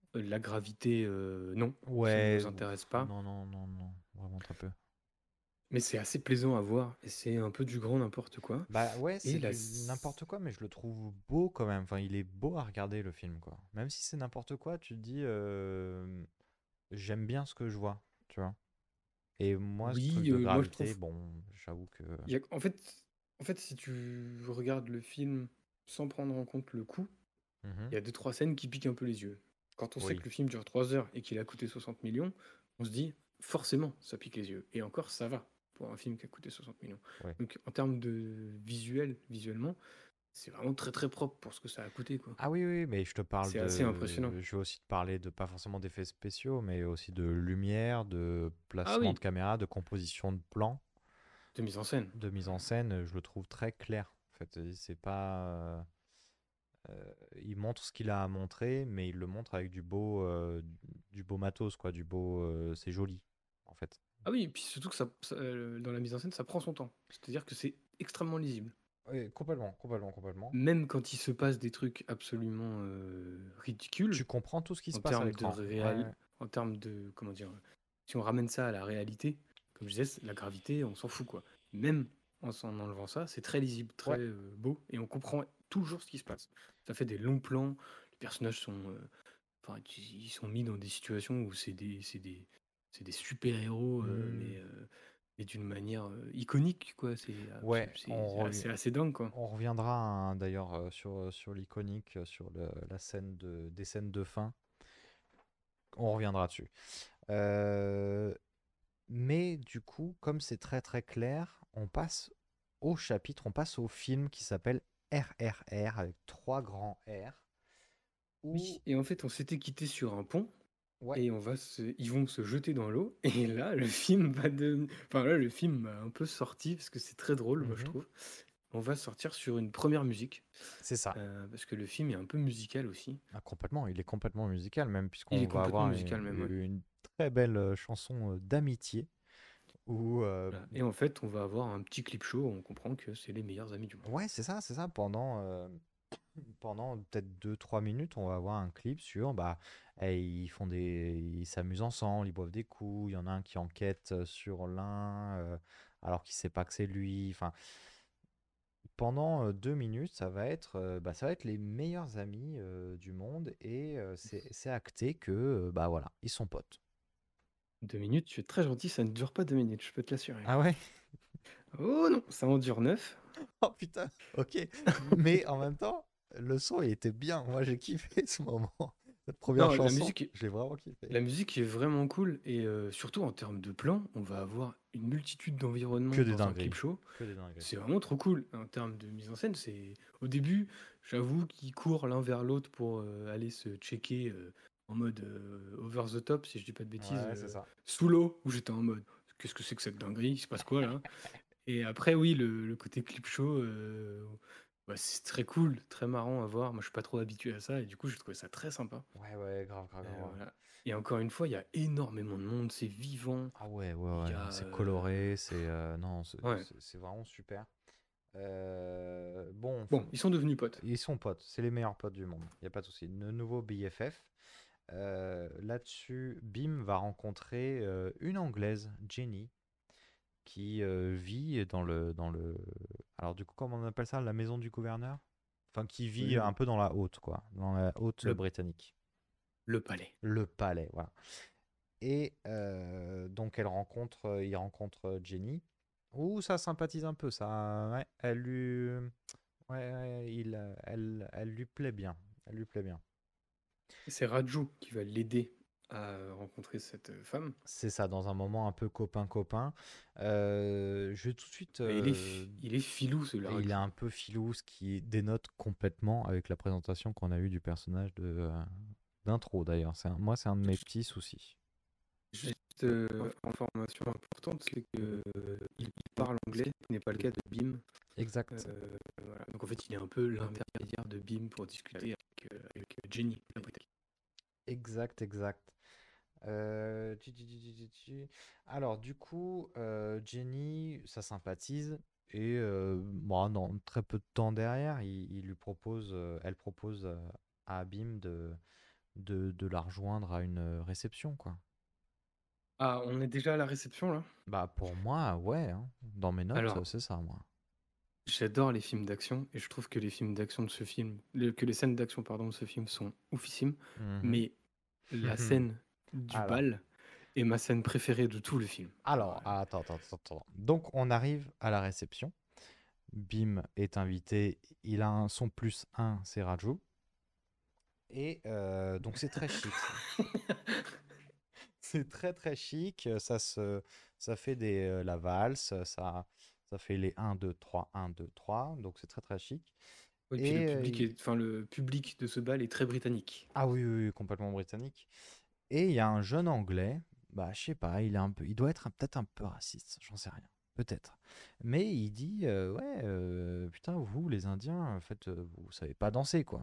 La gravité, non, ça ne Ouais, nous intéresse pas. non, non, non, non, vraiment très peu. Mais c'est assez plaisant à voir et c'est un peu du grand n'importe quoi. Bah ouais, Et c'est la... du n'importe quoi, mais je le trouve beau quand même. Enfin, il est beau à regarder le film, quoi. Même si c'est n'importe quoi, tu te dis, j'aime bien ce que je vois, tu vois. Et moi, ce truc Oui, de moi je gravité, trouve. bon, j'avoue que. En fait, si tu regardes le film sans prendre en compte le coût, Mhm. il y a deux, trois scènes qui piquent un peu les yeux. Quand on sait Oui. que le film dure 3 heures et qu'il a coûté 60 millions, on se dit forcément ça pique les yeux. Et encore, ça va pour un film qui a coûté 60 millions. Ouais. Donc en termes de visuellement, c'est vraiment très très propre pour ce que ça a coûté, quoi. Ah oui, oui, mais je te parle C'est assez impressionnant. de. Je vais aussi te parler de pas forcément d'effets spéciaux, mais aussi de lumière, de Ah placement de oui, caméra, de composition de plan, de mise en scène. de mise en scène. Je le trouve très clair. En fait, c'est pas. Il montre ce qu'il a à montrer, mais il le montre avec du beau matos, quoi. C'est joli, en fait. Ah oui, et puis surtout que dans la mise en scène, ça prend son temps. C'est-à-dire que c'est extrêmement lisible. Oui, complètement, complètement, complètement. Même quand il se passe des trucs absolument ridicules, Tu comprends tout ce qui se en passe à termes de l'écran. Ouais, ouais. en termes de, comment dire, si on ramène ça à la réalité, comme je disais, la gravité, on s'en fout, quoi. Même en s'en enlevant ça, c'est très lisible, très Ouais. beau, et on comprend toujours ce qui se passe. Ça fait des longs plans, les personnages sont, enfin, ils sont mis dans des situations où c'est des super-héros, Hmm. mais d'une manière iconique, quoi. Ouais, C'est assez dingue, quoi. on reviendra hein, d'ailleurs sur l'iconique, sur la des scènes de fin. On reviendra dessus. Euh, mais du coup, comme c'est très très clair, on passe au chapitre, on passe au film qui s'appelle RRR avec 3 grands R. Où, Oui, et en fait, on s'était quitté sur un pont ouais, et ils vont se jeter dans l'eau. Et là, enfin là, le film m'a un peu sorti parce que c'est très drôle, moi je mhm, trouve. On va sortir sur une première musique c'est ça. parce que le film est un peu musical aussi. Ah, complètement, il est complètement musical même, Il puisqu'on est va complètement avoir musical même, ouais. une très belle chanson d'amitié. Où, Voilà. Et en fait, on va avoir un petit clip show. On comprend que c'est les meilleurs amis du monde. ouais, c'est ça, c'est ça. Pendant peut-être 2 3 minutes, on va avoir un clip sur, bah, ils s'amusent ensemble, ils boivent des coups, il y en a un qui enquête sur l'un, alors qu'il sait pas que c'est lui. Enfin, pendant 2 minutes, ça va être les meilleurs amis du monde et c'est acté que, bah voilà, ils sont potes. 2 minutes, tu es très gentil, ça ne dure pas 2 minutes, je peux te l'assurer. Ah ouais? Oh non, ça en dure 9. Oh putain, ok. Mais en même temps, le son il était bien. Moi j'ai kiffé ce moment. Cette première Non, chanson, j'ai vraiment kiffé. la musique est vraiment cool et surtout en termes de plans, on va avoir une multitude Que d'environnements des dans un clip dingueries. show. Que des dingueries. C'est vraiment trop cool. En termes de mise en scène, c'est au début, j'avoue qu'ils courent l'un vers l'autre pour aller se checker en mode over the top, si je dis pas de bêtises, Ouais, c'est ça. sous l'eau, où j'étais en mode qu'est-ce que c'est que cette dinguerie? Il se passe quoi là? Et après, oui, le côté clip show, bah, c'est très cool, très marrant à voir. Moi, je suis pas trop habitué à ça et du coup, j'ai trouvé ça très sympa. Ouais, ouais, grave, grave, grave. Voilà. Et encore une fois, il y a énormément de monde, c'est vivant. Ah ouais, ouais, Il ouais. y a. C'est coloré, non, Ouais. c'est vraiment super. Bon, Bon, ils sont devenus potes. ils sont potes, c'est les meilleurs potes du monde. Il y a pas de souci. Le nouveau BFF. Là-dessus, Bim va rencontrer une Anglaise, Jenny, qui vit alors du coup, comment on appelle ça, la maison du gouverneur? Enfin, qui vit Oui, un peu dans la haute, quoi, dans la haute le, britannique. le palais. Le palais, voilà. Et donc, il rencontre Jenny, où ça sympathise un peu, ça, ouais, ouais, elle lui plaît bien, elle lui plaît bien. C'est Raju qui va l'aider à rencontrer cette femme. C'est ça, dans un moment un peu copain-copain. Je vais tout de suite. Et il est filou, ce Il est Raju. un peu filou, ce qui dénote complètement avec la présentation qu'on a eue du personnage d'intro d'ailleurs. Moi, c'est un de mes petits soucis. Juste information importante, c'est que il parle anglais, ce n'est pas le cas de Bim. Exact. Voilà. Donc en fait, il est un peu l'intermédiaire de Bim pour discuter avec Jenny, la Britannique. Exact, exact. Alors, du coup, Jenny, ça sympathise. Et bon, dans très peu de temps derrière, elle propose à Abim de la rejoindre à une réception, quoi. Ah, on est déjà à la réception là? Bah, pour moi, ouais, hein. Dans mes notes, Alors, c'est ça, moi. j'adore les films d'action et je trouve que les films d'action de ce film, que les scènes d'action, pardon, de ce film sont oufissimes. Mhm. Mais la scène du Alors, bal est ma scène préférée de tout le film. Genre, attends. Donc, on arrive à la réception. Bim est invité. Il a son plus 1, c'est Raju. Et donc, c'est très chic, ça. C'est très très chic, ça fait la valse, ça fait les 1, 2, 3, 1, 2, 3, donc c'est très très chic. oui, puis Et le public de ce bal est très britannique. ah oui, oui, oui, complètement britannique. Et il y a un jeune anglais, bah je sais pas, il doit être peut-être un peu raciste, j'en sais rien, peut-être. Mais il dit ouais, putain, vous les Indiens, en fait, vous savez pas danser quoi.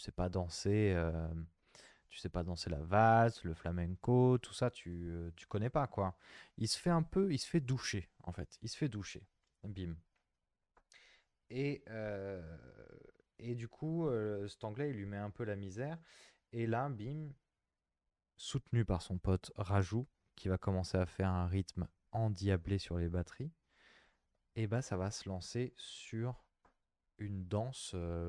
Tu sais pas danser la valse, le flamenco, tout ça, tu connais pas, quoi. Il se fait doucher, en fait. Il se fait doucher. Bim. Et, euh, et du coup, cet anglais, il lui met un peu la misère. Et là, bim, soutenu par son pote Raju, qui va commencer à faire un rythme endiablé sur les batteries, et bah, ça va se lancer sur une danse.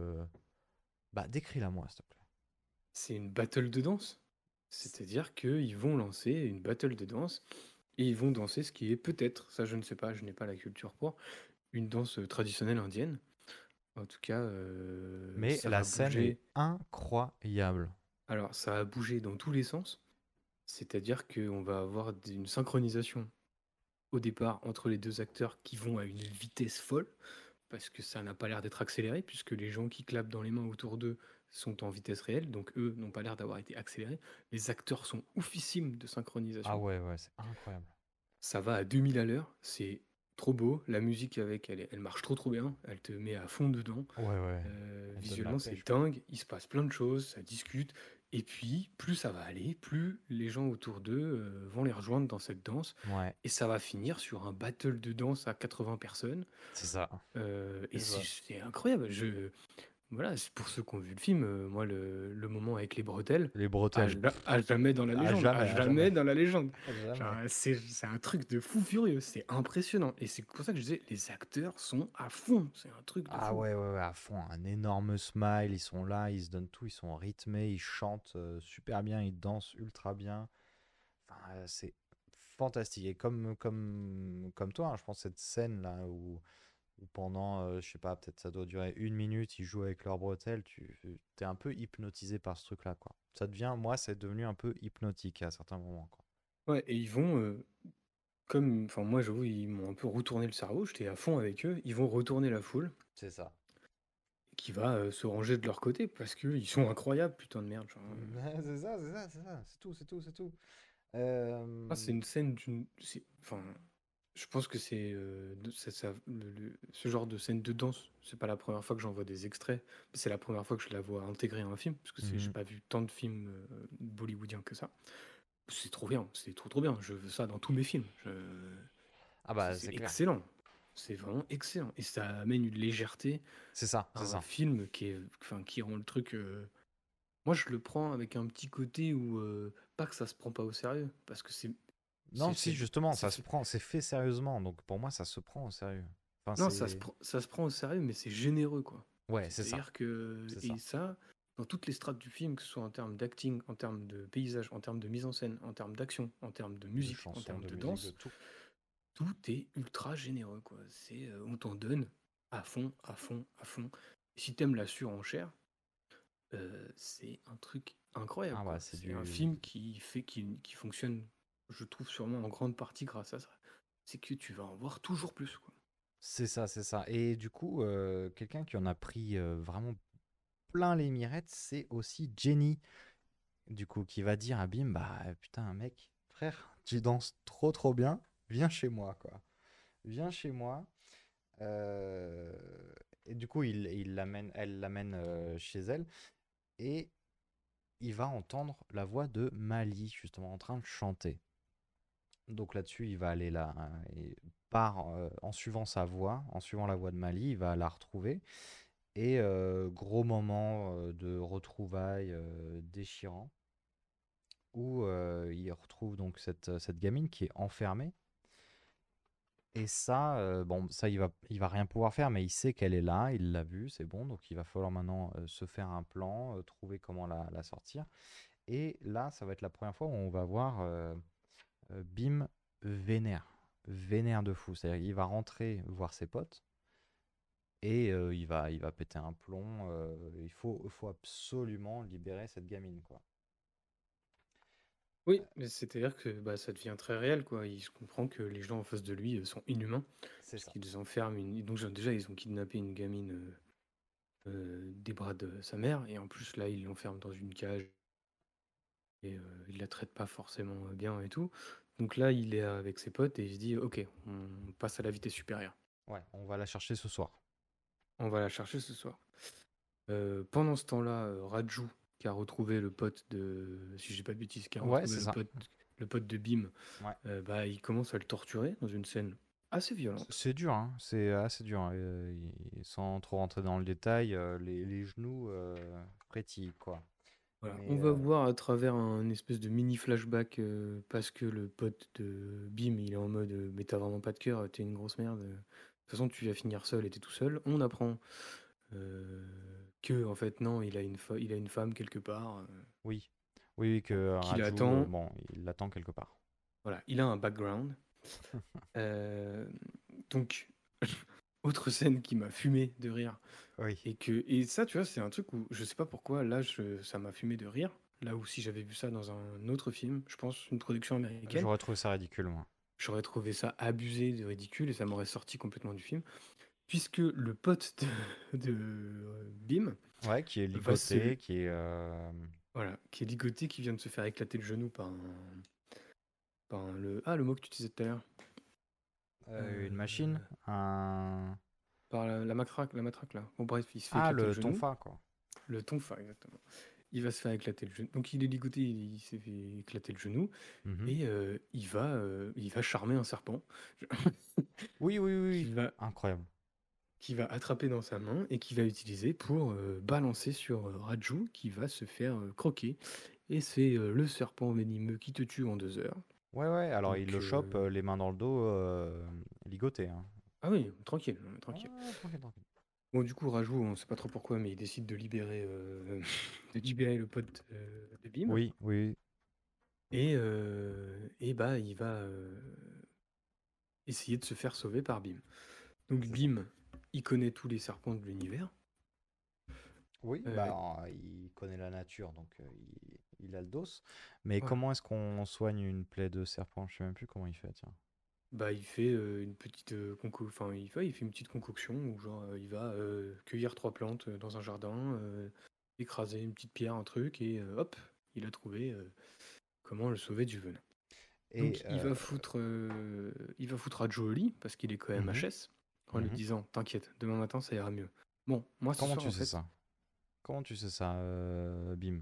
Bah, décris-la moi, s'il te plaît. C'est une battle de danse. C'est-à-dire qu'ils vont lancer une battle de danse et ils vont danser ce qui est peut-être, ça je ne sais pas, je n'ai pas la culture pour, une danse traditionnelle indienne. En tout cas, Mais ça la va scène est bouger. incroyable. Alors, ça va bouger dans tous les sens. C'est-à-dire qu'on va avoir une synchronisation au départ entre les deux acteurs qui vont à une vitesse folle, parce que ça n'a pas l'air d'être accéléré, puisque les gens qui clapent dans les mains autour d'eux sont en vitesse réelle, donc eux n'ont pas l'air d'avoir été accélérés. Les acteurs sont oufissimes de Ah synchronisation. ouais, ouais, c'est incroyable. Ça va à 2000 à l'heure, c'est trop beau. La musique avec, elle marche trop bien, elle te met à fond dedans. Ouais, ouais. Elle donne la Visuellement, c'est pêche, quoi. dingue, il se passe plein de choses, ça discute. Et puis, plus ça va aller, plus les gens autour d'eux vont les rejoindre dans cette danse. Ouais, Et ça va finir sur un battle de danse à 80 personnes. c'est ça. Et C'est ça. c'est incroyable. Voilà, c'est pour ceux qui ont vu le film, moi, le moment avec les bretelles, Les bretelles. à jamais dans la À légende. À jamais, à jamais. jamais dans la légende. À Genre, jamais. c'est un truc de fou furieux. C'est impressionnant. Et c'est pour ça que je disais, les acteurs sont à fond. C'est un truc de Ah fou. ouais, ouais, ouais, à fond. Un énorme smile. Ils sont là, ils se donnent tout. Ils sont rythmés, ils chantent super bien, ils dansent ultra bien. Enfin, c'est fantastique. Et comme toi, hein, je pense cette scène-là où pendant, je sais pas, peut-être ça doit durer 1 minute, ils jouent avec leurs bretelles, tu es un peu hypnotisé par ce truc-là, quoi. Moi, c'est devenu un peu hypnotique à certains moments, quoi. Ouais, et ils vont, enfin, moi, j'avoue, ils m'ont un peu retourné le cerveau. J'étais à fond avec eux. Ils vont retourner la foule C'est ça. qui va se ranger de leur côté parce qu'ils sont incroyables, putain de merde. Genre, C'est ça, c'est ça, c'est ça. C'est tout, c'est tout, c'est tout. c'est une scène enfin, je pense que ce genre de scène de danse, c'est pas la première fois que j'en vois des extraits, mais c'est la première fois que je la vois intégrée à un film, parce que j'ai Mhm. pas vu tant de films bollywoodiens que ça. C'est trop bien, c'est trop bien. Je veux ça dans tous mes films. Ah bah, C'est c'est clair. excellent. C'est vraiment excellent. Et ça amène une légèreté C'est ça, à c'est un ça. film qui rend le truc. Moi, je le prends avec un petit côté où, pas que ça se prend pas au sérieux, parce que Non, c'est si, fait, justement, c'est ça se fait. prend, c'est fait sérieusement. Donc pour moi, ça se prend au sérieux. Enfin, Non, c'est. ça se prend au sérieux, mais c'est généreux, quoi. Ouais, c'est ça. C'est-à-dire que, C'est et ça. ça, dans toutes les strates du film, que ce soit en termes d'acting, en termes de paysage, en termes de mise en scène, en termes d'action, en termes de De musique, en chansons, termes de de musique, de danse, tout. tout est ultra généreux, quoi. On t'en donne à fond, à fond, à fond. Et si t'aimes la surenchère, c'est un truc incroyable, Ah quoi. bah, c'est C'est un du. film qui fonctionne, je trouve sûrement en grande partie grâce à ça. C'est que tu vas en voir toujours plus, quoi. C'est ça, c'est ça. Et du coup, quelqu'un qui en a pris vraiment plein les mirettes, c'est aussi Jenny, du coup, qui va dire à Bim, bah putain, mec, frère, tu danses trop trop bien, viens chez moi, quoi. Viens chez moi. Euh, Et du coup, elle l'amène chez elle, et il va entendre la voix de Mali, justement, en train de chanter. Donc là-dessus, il va aller là, et en suivant sa voix, en suivant la voix de Mali, il va la retrouver. Et gros moment de retrouvailles déchirant. où il retrouve donc cette gamine qui est enfermée. Et ça, bon, ça, il va rien pouvoir faire, mais il sait qu'elle est là, il l'a vue, c'est bon. Donc il va falloir maintenant se faire un plan, trouver comment la sortir. Et là, ça va être la première fois où on va voir Bim vénère. Vénère de fou. C'est-à-dire qu'il va rentrer voir ses potes et il va péter un plomb. Il faut absolument libérer cette gamine, quoi. Oui, mais c'est-à-dire que bah, ça devient très réel, quoi. Il se comprend que les gens en face de lui sont inhumains, C'est parce ça. qu'ils enferment donc déjà, ils ont kidnappé une gamine des bras de sa mère, et en plus, là, ils l'enferment dans une cage, et ils la traitent pas forcément bien et tout. Donc là, il est avec ses potes, et il se dit, ok, on passe à la vitesse supérieure. Ouais, on va la chercher ce soir. On va la chercher ce soir. Pendant ce temps-là, Raju, qui a retrouvé le pote de, si j'ai pas de bêtises, qui a Ouais, retrouvé c'est ça. le pote de Bim, Ouais. bah, il commence à le torturer dans une scène assez violente. C'est dur, hein. C'est assez dur, hein. Sans trop rentrer dans le détail, les genoux frétillent, quoi. Voilà. Mais On va voir à travers un espèce de mini flashback parce que le pote de Bim, il est en mode mais t'as vraiment pas de cœur, t'es une grosse merde. De toute façon, tu vas finir seul et t'es tout seul. On apprend que en fait non, il a une femme quelque part oui, oui, que qui Raju, l'attend. bon, il l'attend quelque part. Voilà, il a un background. Euh, donc, autre scène qui m'a fumé de rire. Oui. Et ça, tu vois, c'est un truc où je sais pas pourquoi, là, ça m'a fumé de rire. Là où si j'avais vu ça dans un autre film, je pense une production américaine, J'aurais trouvé ça ridicule, moi. j'aurais trouvé ça abusé de ridicule et ça m'aurait sorti complètement du film. Puisque le pote de Bim Ouais, qui est va ligoté, qui est... voilà, qui est ligoté, qui vient de se faire éclater le genou le mot que tu utilisais tout à l'heure. une machine, un... Par la matraque là. Bon bref, il se fait Ah, éclater le le genou. tonfa, quoi. Le tonfa, exactement. Il va se faire éclater le genou. Donc il est ligoté, il s'est fait éclater le genou. Mhm. Et il va charmer un serpent Oui, oui, oui, qui oui. va, Incroyable. qui va attraper dans sa main et qui va utiliser pour balancer sur Raju qui va se faire croquer. Et c'est le serpent venimeux qui te tue en 2 heures. Ouais, ouais, alors il Donc, le chope, les mains dans le dos, ligoté, hein. ah oui, tranquille, non, mais tranquille. Ouais, tranquille, tranquille. Bon, du coup, Raju, on sait pas trop pourquoi, mais il décide de libérer, de libérer le pote de Bim. Oui, oui, Et bah, il va essayer de se faire sauver par Bim. Donc c'est ça. Bim, il connaît tous les serpents de l'univers. Oui, Euh, bah, il connaît la nature, donc il a le dos. Mais voilà. comment est-ce qu'on soigne une plaie de serpent? Je sais même plus comment il fait, tiens. Bah, il fait une petite enfin, il fait une petite concoction où genre il va cueillir 3 plantes dans un jardin, écraser une petite pierre, un truc, et hop, il a trouvé comment le sauver du venin. Et Donc il va foutre Raju au lit parce qu'il est quand même mhm, HS en lui mhm. disant t'inquiète, demain matin ça ira mieux. Bon, moi ce Comment soir tu en sais fait, ça? Comment tu sais ça, Bim?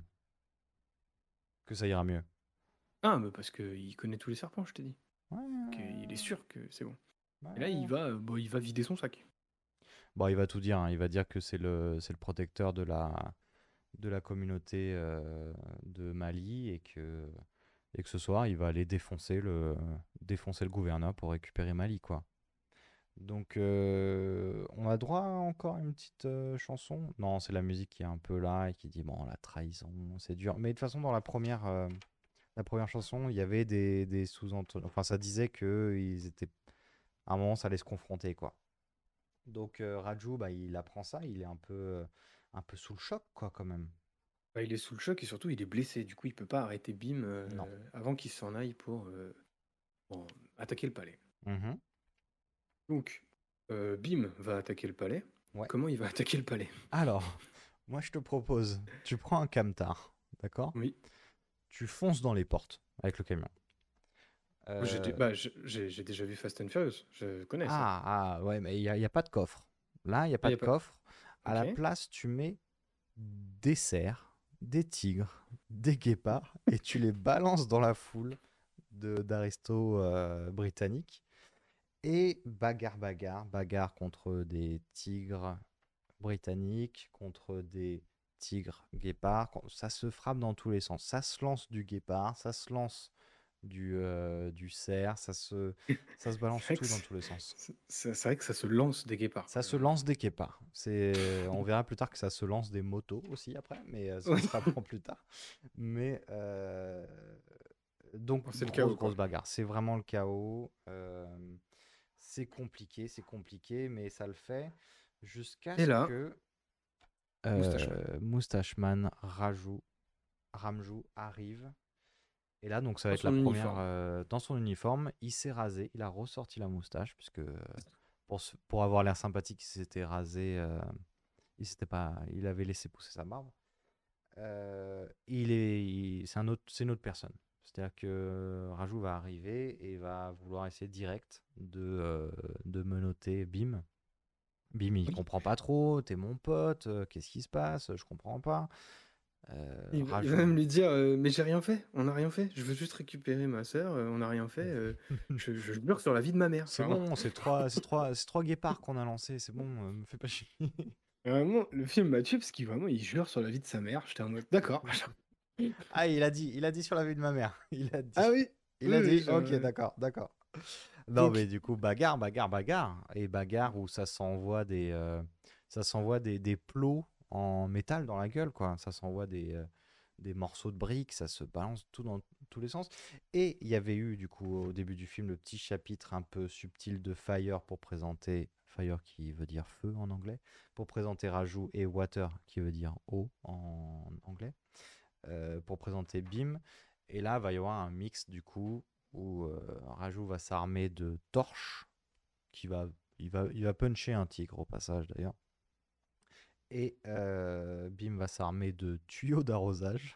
Que ça ira mieux? ah mais parce qu'il connaît tous les serpents, je t'ai dit. Ouais, Il est sûr que c'est bon. Et là ouais. il va vider son sac. Bon, il va tout dire, hein. Il va dire que c'est le protecteur de la communauté de Mali et que ce soir, il va aller défoncer le gouverneur pour récupérer Mali, quoi. Donc, on a droit à encore une petite chanson. Non, c'est la musique qui est un peu là et qui dit, bon, la trahison, c'est dur. Mais de toute façon, dans la première chanson, il y avait des sous-entendus. Enfin, ça disait que ils étaient... à un moment, ça allait se confronter, quoi. Donc, Raju, bah, il apprend ça, il est un peu sous le choc, quoi, quand même. Bah, il est sous le choc et surtout il est blessé. Du coup, il peut pas arrêter Bim Non. avant qu'il s'en aille pour attaquer le palais. Mhm. Donc, Bim va attaquer le palais. Ouais. Comment il va attaquer le palais? Alors, moi, je te propose, tu prends un camtar, d'accord? Oui. Tu fonces dans les portes avec le camion. Moi, Euh, j'ai déjà vu Fast and Furious. Je connais ça. ouais, mais il y a pas de coffre. Là, il n'y a Ah, pas y a de pas. coffre. À Ok. la place, tu mets des cerfs, des tigres, des guépards et tu les balances dans la foule d'aristos britanniques. Et bagarre contre des tigres britanniques, contre des tigre, guépard, ça se frappe dans tous les sens. Ça se lance du guépard, ça se lance du cerf, ça se C'est balance vrai que tout dans tous les sens. c'est vrai que ça se lance des guépards, Ça quoi. se lance des guépards. On verra plus tard que ça se lance des motos aussi après, mais ça Oui. sera pour plus tard. Mais donc, Bon, c'est le chaos, quoi. grosse bagarre. C'est vraiment le chaos. C'est compliqué, mais ça le fait jusqu'à Et ce là, que Moustache Man. Moustacheman Ramjou arrive. Et là, donc, ça va Dans être la son première. uniforme. Dans son uniforme, il s'est rasé. Il a ressorti la moustache, puisque pour avoir l'air sympathique, il s'était rasé. Il avait laissé pousser sa barbe. C'est une autre personne. C'est-à-dire que Rajou va arriver et va vouloir essayer direct de menotter Bim. Bim, il Oui. comprend pas trop. T'es mon pote, qu'est-ce qui se passe? Je comprends pas. Il va Rajou. même lui dire mais j'ai rien fait, on n'a rien fait, je veux juste récupérer ma sœur, on n'a rien fait, je jure sur la vie de ma mère. C'est Enfin, bon, c'est trois guépards qu'on a lancés, c'est bon, me fais pas chier. vraiment, le film m'a tué parce qu'il vraiment il jure sur la vie de sa mère. J'étais en mode d'accord. Ah, il a dit sur la vie de ma mère. Il a dit. Ah oui, Il oui, a oui, dit, ok, d'accord. Non, Donc, mais du coup, bagarre. Et bagarre où ça s'envoie des plots en métal dans la gueule, quoi. Ça s'envoie des morceaux de briques, ça se balance tout dans tous les sens. Et il y avait eu, du coup, au début du film, le petit chapitre un peu subtil de Fire pour présenter. Fire qui veut dire feu en anglais. Pour présenter Rajou et Water qui veut dire eau en anglais. Pour présenter Bim. Et là, il va y avoir un mix, du coup, où Rajou va s'armer de torches, il va puncher un tigre au passage d'ailleurs. Et Bim va s'armer de tuyaux d'arrosage.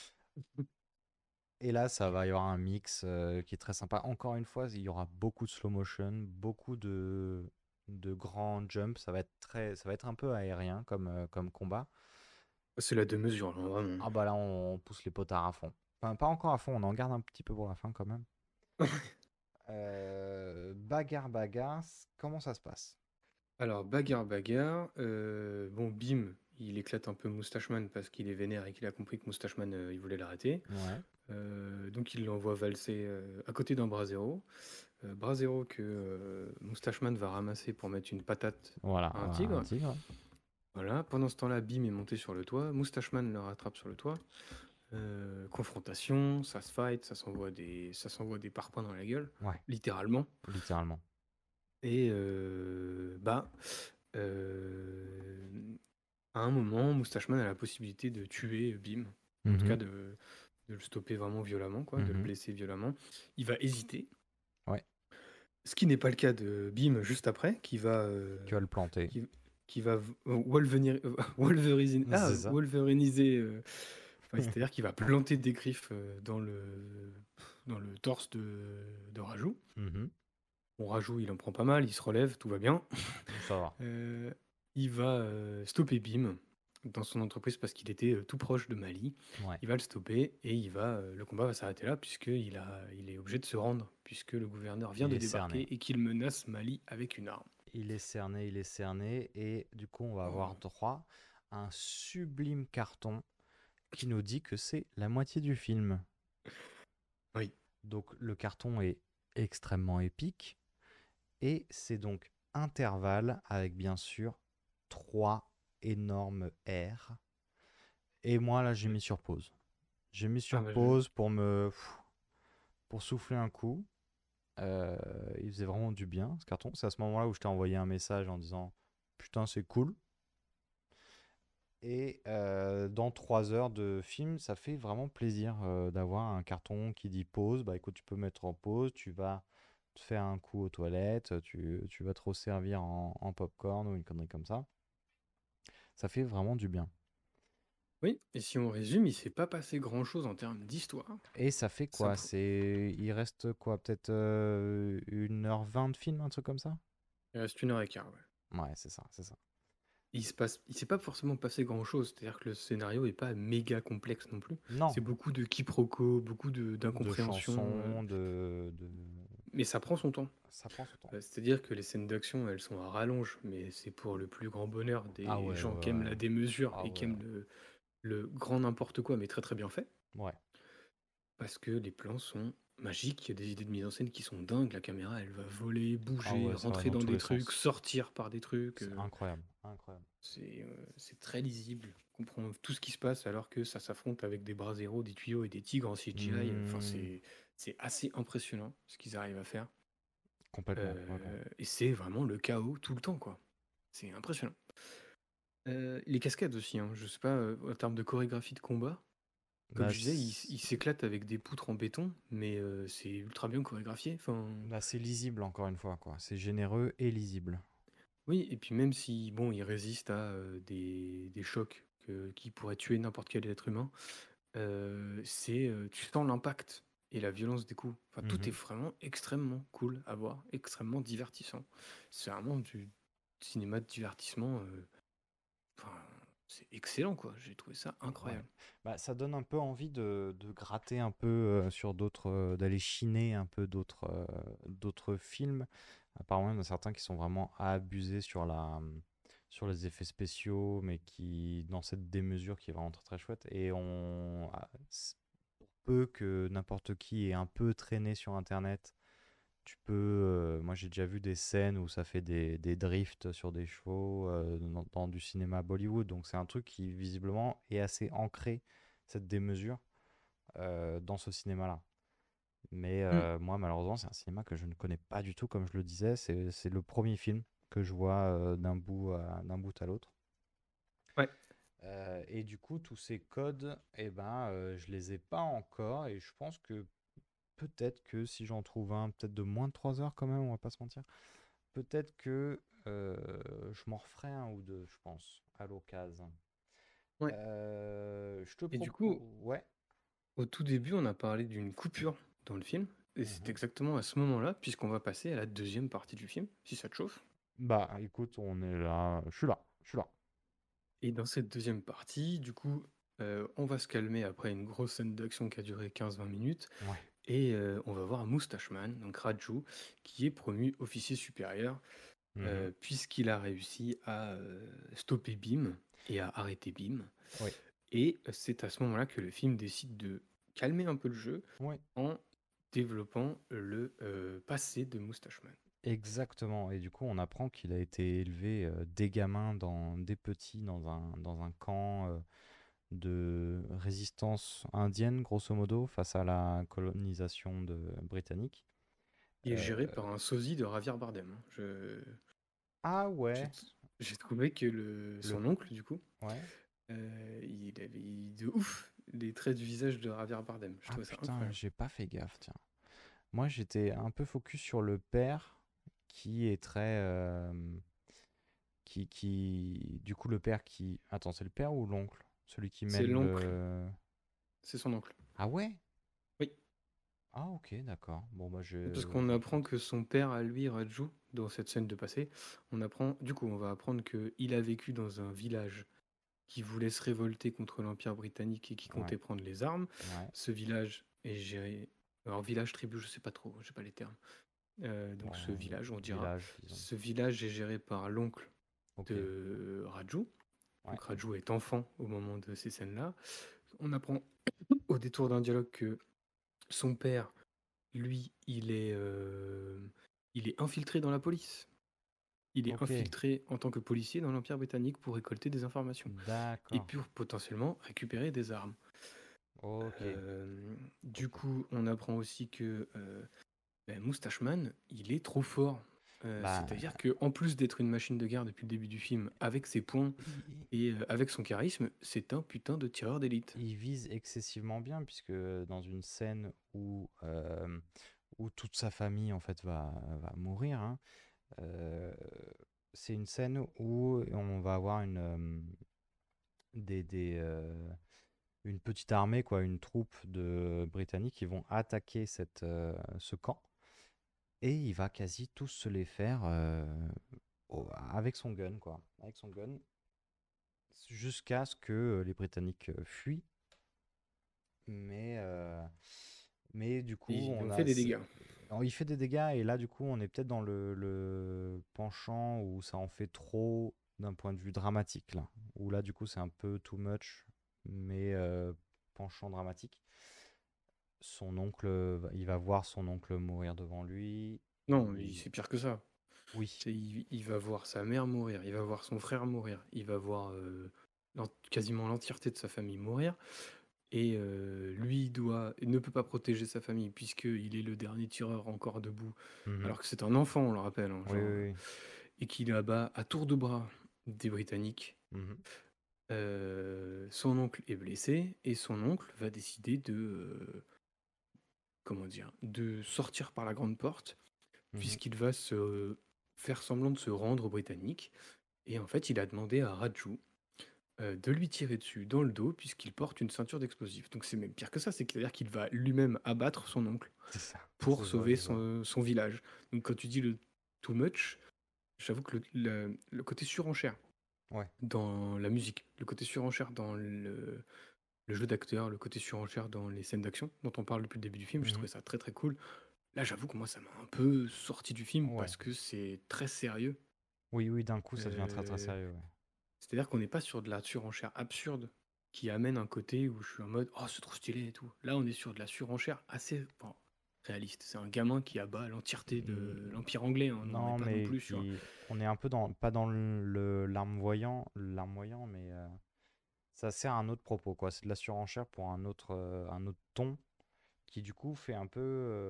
Et là, ça va y avoir un mix qui est très sympa. Encore une fois, il y aura beaucoup de slow motion, beaucoup de grands jumps. Ça va être un peu aérien comme combat. c'est la deux-mesures, là, vraiment. Ah bah là, on pousse les potards à fond. Enfin, pas encore à fond, on en garde un petit peu pour la fin quand même. Bagarre, comment ça se passe? Alors, bagarre. Bon, Bim, il éclate un peu Moustacheman parce qu'il est vénère et qu'il a compris que Moustacheman, il voulait l'arrêter. Ouais, Donc, il l'envoie valser à côté d'un Brasero. Brasero que Moustacheman va ramasser pour mettre une patate voilà, à un un tigre. tigre. Voilà. Pendant ce temps-là, Bim est monté sur le toit. Moustacheman le rattrape sur le toit. Confrontation, ça se fight, ça s'envoie des parpaings dans la gueule, Ouais, littéralement. littéralement. Et euh, à un moment, Moustacheman a la possibilité de tuer Bim, en tout cas Mhm, de le stopper vraiment violemment, quoi, de le mhm. blesser violemment. Il va hésiter, Ouais, ce qui n'est pas le cas de Bim juste après, tu vas le planter. qui va wolveriniser, C'est ça. wolveriniser, enfin, c'est-à-dire qu'il va planter des griffes dans le torse de Rajou. Mhm, Bon, Rajou, il en prend pas mal, il se relève, tout va bien. ça va. Il va stopper Bim dans son entreprise parce qu'il était tout proche de Mali. Ouais. Il va le stopper et le combat va s'arrêter là puisqu'il est obligé de se rendre puisque le gouverneur vient Il de est débarquer cerné. et qu'il menace Mali avec une arme. Il est cerné. Et du coup, on va avoir droit à un sublime carton qui nous dit que c'est la moitié du film. Oui. Donc, le carton est extrêmement épique. Et c'est donc intervalle avec bien sûr 3 énormes R. Et moi là j'ai mis sur pause. J'ai mis sur pause pour souffler un coup. Il faisait vraiment du bien ce carton. C'est à ce moment-là où je t'ai envoyé un message en disant putain c'est cool. Et dans 3 heures de film, ça fait vraiment plaisir d'avoir un carton qui dit pause. Bah écoute, tu peux mettre en pause, tu vas te faire un coup aux toilettes, tu vas te resservir en popcorn ou une connerie comme ça. Ça fait vraiment du bien. Oui, et si on résume, il s'est pas passé grand-chose en termes d'histoire. Et ça fait Ça quoi? pr- Il reste quoi? Peut-être 1h20 de film, un truc comme ça? Il reste 1 heure et quart, ouais. Ouais, c'est ça. Il s'est pas forcément passé grand-chose, c'est-à-dire que le scénario est pas méga complexe non plus. Non, C'est beaucoup de quiproquos, beaucoup de d'incompréhension, chansons, mais ça prend son temps. ça prend son temps. C'est-à-dire que les scènes d'action, elles sont à rallonge, mais c'est pour le plus grand bonheur des Ah ouais, gens ouais, qui aiment ouais. la démesure Ah et qui ouais. aiment le grand n'importe quoi, mais très très bien fait, Ouais. parce que les plans sont magiques, il y a des idées de mise en scène qui sont dingues, la caméra elle va voler, Ah bouger, ouais, ça va rentrer dans dans tous des les trucs, sens. sortir par des trucs, C'est incroyable, incroyable. c'est très lisible, on comprend tout ce qui se passe alors que ça s'affronte avec des bras zéro, des tuyaux et des tigres en CGI, enfin Hmm, c'est assez impressionnant ce qu'ils arrivent à faire. complètement, complètement. Et c'est vraiment le chaos tout le temps, quoi. C'est impressionnant. Les cascades aussi, hein, je sais pas, en termes de chorégraphie de combat, comme Bah, je disais, il s'éclate avec des poutres en béton, mais c'est ultra bien chorégraphié. Enfin, bah, c'est lisible encore une fois, quoi. C'est généreux et lisible. oui, et puis même si, bon, il résiste à des chocs qui pourraient tuer n'importe quel être humain, tu sens l'impact et la violence des coups. Enfin, tout est Mhm. vraiment extrêmement cool à voir, extrêmement divertissant. C'est vraiment du cinéma de divertissement. Enfin, c'est excellent, quoi. J'ai trouvé ça Ouais. incroyable. Bah, ça donne un peu envie de gratter un peu sur d'autres, d'aller chiner un peu d'autres films. Apparemment, il y en a certains qui sont vraiment abusés sur les effets spéciaux, mais qui, dans cette démesure qui est vraiment très très chouette. Et pour peu que n'importe qui ait un peu traîné sur Internet, moi j'ai déjà vu des scènes où ça fait des drifts sur des chevaux dans du cinéma Bollywood, donc c'est un truc qui visiblement est assez ancré, cette démesure, dans ce cinéma-là. Mais Mm. moi malheureusement c'est un cinéma que je ne connais pas du tout, comme je le disais, c'est le premier film que je vois d'un bout à l'autre. Ouais. Et du coup tous ces codes, eh ben, je les ai pas encore, et je pense que peut-être que si j'en trouve un, peut-être de moins de 3 heures quand même, on va pas se mentir. Peut-être que je m'en referai un ou deux, je pense, à l'occasion. Ouais. Je te Et du propose. coup, Ouais. au tout début, on a parlé d'une coupure dans le film. Et c'est Mhm. exactement à ce moment-là, puisqu'on va passer à la deuxième partie du film, si ça te chauffe. Bah écoute, on est là. Je suis là. Je suis là. Et dans cette deuxième partie, du coup, on va se calmer après une grosse scène d'action qui a duré 15-20 minutes. Ouais. Et on va voir Moustache Man, donc Raju, qui est promu officier supérieur, Mhm. puisqu'il a réussi à stopper Bim et à arrêter Bim. Oui. Et c'est à ce moment-là que le film décide de calmer un peu le jeu Oui. en développant le passé de Moustache Man. Exactement. Et du coup, on apprend qu'il a été élevé dès gamin, dès petit, dans un camp de résistance indienne, grosso modo, face à la colonisation britannique. Il est Euh, géré par un sosie de Javier Bardem, hein. Ah J'ai ouais. j'ai trouvé que Le. son oncle, du coup, Ouais. il avait de ouf les traits du visage de Javier Bardem. Je Ah trouvais ça putain, incroyable. j'ai pas fait gaffe, tiens. Moi, j'étais un peu focus sur le père qui est très. Du coup, le père qui. Attends, c'est le père ou l'oncle? Celui qui C'est mène l'oncle, le. c'est son oncle. Ah ouais? Oui, Ah ok, d'accord. Bon, bah, parce qu'on je apprend note. que son père, à lui, Raju, dans cette scène de passé, on va apprendre qu'il a vécu dans un village qui voulait se révolter contre l'Empire britannique et qui Ouais, comptait prendre les armes. ouais. Ce village est géré. Alors, village, tribu, je sais pas trop, j'ai pas les termes. Donc, ce Bon, village, on dira. village, disons. Ce village est géré par l'oncle Ok, de Raju. ouais. Donc, Raju est enfant au moment de ces scènes-là. On apprend au détour d'un dialogue que son père, lui, il est infiltré dans la police. Il est Ok, infiltré en tant que policier dans l'Empire britannique pour récolter des informations et d'accord. pour potentiellement récupérer des armes. Ok, Du ok. coup, on apprend aussi que Moustache Man, il est trop fort. C'est-à-dire Bah, que en plus d'être une machine de guerre depuis le début du film, avec ses points il, et avec son charisme, c'est un putain de tireur d'élite. il vise excessivement bien, puisque dans une scène où toute sa famille en fait va mourir, hein, euh, c'est une scène où on va avoir une petite armée, quoi, une troupe de Britanniques qui vont attaquer ce camp, et il va quasi tous se les faire avec son gun, quoi, avec son gun, jusqu'à ce que les Britanniques fuient. Mais, euh, mais du Et coup, ils ont fait des dégâts. alors, il fait des dégâts, et là, du coup, on est peut-être dans le penchant où ça en fait trop d'un point de vue dramatique, là. Où là, du coup, c'est un peu too much mais penchant dramatique. Son oncle, il va voir son oncle mourir devant lui. Non, Il- c'est pire que ça. Oui, Il va voir sa mère mourir, il va voir son frère mourir, il va voir quasiment l'entièreté de sa famille mourir. Et lui, il ne peut pas protéger sa famille puisqu'il est le dernier tireur encore debout, mhm. alors que c'est un enfant, on le rappelle, hein, Oui, genre, oui, et qu'il abat à tour de bras des Britanniques. oui. Mhm. Son oncle est blessé et son oncle va décider comment dire, de sortir par la grande porte Mhm. puisqu'il va se faire semblant de se rendre aux Britanniques. Et en fait, il a demandé à Raju de lui tirer dessus dans le dos puisqu'il porte une ceinture d'explosifs. Donc c'est même pire que ça, c'est-à-dire qu'il va lui-même abattre son oncle C'est ça, pour c'est ça, sauver c'est ça. son village. Donc quand tu dis le too much, j'avoue que le côté surenchère Ouais. dans la musique, le côté surenchère dans le jeu d'acteur, le côté surenchère dans les scènes d'action dont on parle depuis le début du film, je Mhm. trouvais ça très très cool. Là, j'avoue que moi, ça m'a un peu sorti du film Ouais. parce que c'est très sérieux. Oui, oui, d'un coup, ça devient très très Euh, sérieux. Ouais. C'est-à-dire qu'on n'est pas sur de la surenchère absurde qui amène un côté où je suis en mode oh, c'est trop stylé et tout. Là, on est sur de la surenchère assez réaliste. C'est un gamin qui abat l'entièreté Mm, de l'Empire anglais, hein. On n'est Non, pas non mais plus sur. on est un peu pas dans le larmoyant, mais ça sert à un autre propos, quoi. C'est de la surenchère pour un autre ton qui, du coup, fait un peu,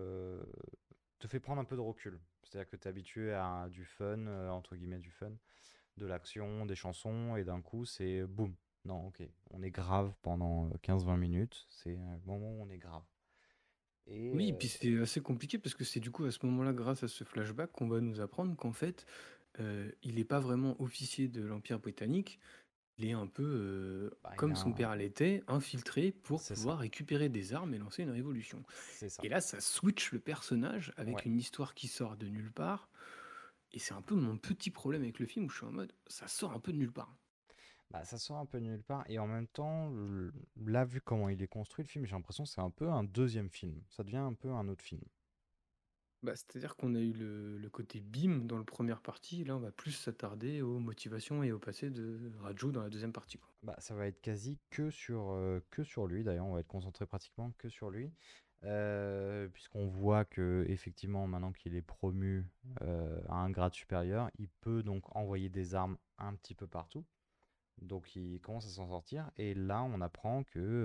te fait prendre un peu de recul. C'est-à-dire que tu es habitué à du fun, entre guillemets, du fun, de l'action, des chansons, et d'un coup, c'est boum. Non, ok, on est grave pendant 15-20 minutes. C'est un moment où on est grave. Et Oui, puis c'est assez compliqué parce que c'est du coup à ce moment-là, grâce à ce flashback, qu'on va nous apprendre qu'en fait, il n'est pas vraiment officier de l'Empire britannique. Il est un peu, bah, il comme a son un... père l'était, infiltré pour C'est ça, pouvoir récupérer des armes et lancer une révolution. c'est ça. Et là, ça switch le personnage avec Ouais. une histoire qui sort de nulle part. Et c'est un peu mon petit problème avec le film où je suis en mode, ça sort un peu de nulle part. Bah, ça sort un peu de nulle part. Et en même temps, là, vu comment il est construit, le film, j'ai l'impression que c'est un peu un deuxième film. Ça devient un peu un autre film. Bah, c'est-à-dire qu'on a eu le côté BIM dans la première partie, et là on va plus s'attarder aux motivations et au passé de Raju dans la deuxième partie, quoi. Bah, ça va être quasi que sur lui. D'ailleurs, on va être concentré pratiquement que sur lui. Puisqu'on voit que effectivement, maintenant qu'il est promu à un grade supérieur, il peut donc envoyer des armes un petit peu partout. Donc il commence à s'en sortir. Et là, on apprend que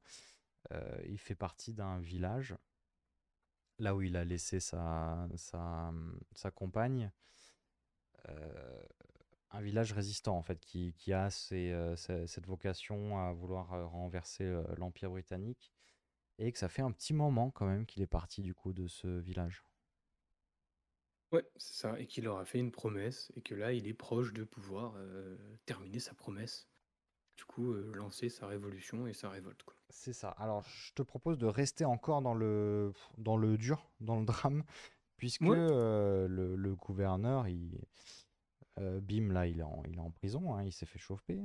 il fait partie d'un village, là où il a laissé sa compagne. euh, un village résistant en fait qui a cette vocation à vouloir renverser l'Empire britannique et que ça fait un petit moment quand même qu'il est parti du coup de ce village. Ouais, c'est ça, et qu'il leur a fait une promesse, et que là il est proche de pouvoir terminer sa promesse. Du coup, lancer sa révolution et sa révolte, quoi. C'est ça. Alors je te propose de rester encore dans le dur, dans le drame, puisque Ouais, le gouverneur, Bim là, il est en prison, hein, il s'est fait chauffer.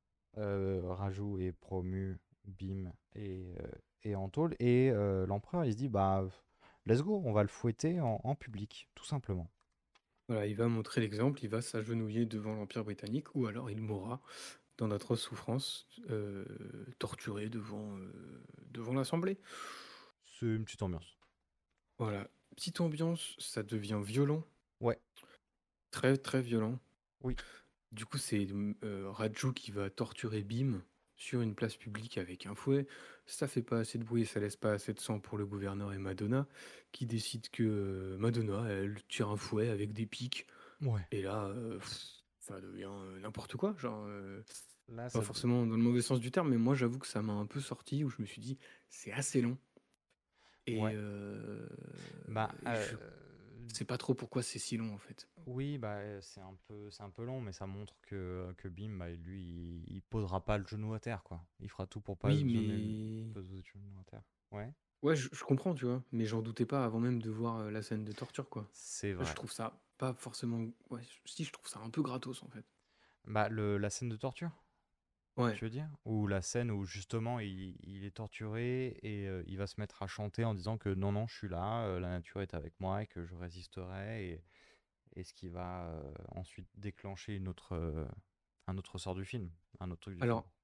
Raju est promu, Bim est en tôle, et l'empereur il se dit bah let's go, on va le fouetter en public, tout simplement. voilà, il va montrer l'exemple, il va s'agenouiller devant l'Empire britannique, ou alors il mourra dans d'atroces souffrances, torturé devant l'Assemblée. C'est une petite ambiance. Voilà, petite ambiance, ça devient violent, Ouais, très très violent. oui, Du coup, c'est Raju qui va torturer Bim sur une place publique avec un fouet. Ça fait pas assez de bruit et ça laisse pas assez de sang pour le gouverneur et Madonna, qui décident que Madonna, elle tire un fouet avec des pics. ouais. Et là, ça devient n'importe quoi. Genre, Là, pas ça. forcément dans le mauvais sens du terme, mais moi, j'avoue que ça m'a un peu sorti, où je me suis dit, c'est assez long. Et, Ouais. Bah, je sais pas trop pourquoi c'est si long, en fait. oui, bah, c'est un peu long, mais ça montre que Bim, bah, lui, il posera pas le genou à terre, quoi. Il fera tout pour pas Oui, poser le genou à terre. Ouais, ouais, je comprends, tu vois, mais j'en doutais pas avant même de voir la scène de torture, quoi. c'est Je vrai. trouve ça pas forcément. Ouais, si, je trouve ça un peu gratos, en fait. Bah, la scène de torture, Ouais. tu veux dire? Ou la scène où justement il est torturé et il va se mettre à chanter en disant que non, non, je suis là, la nature est avec moi et que je résisterai, et ce qui va ensuite déclencher un autre sort du film, un autre truc du film. Alors,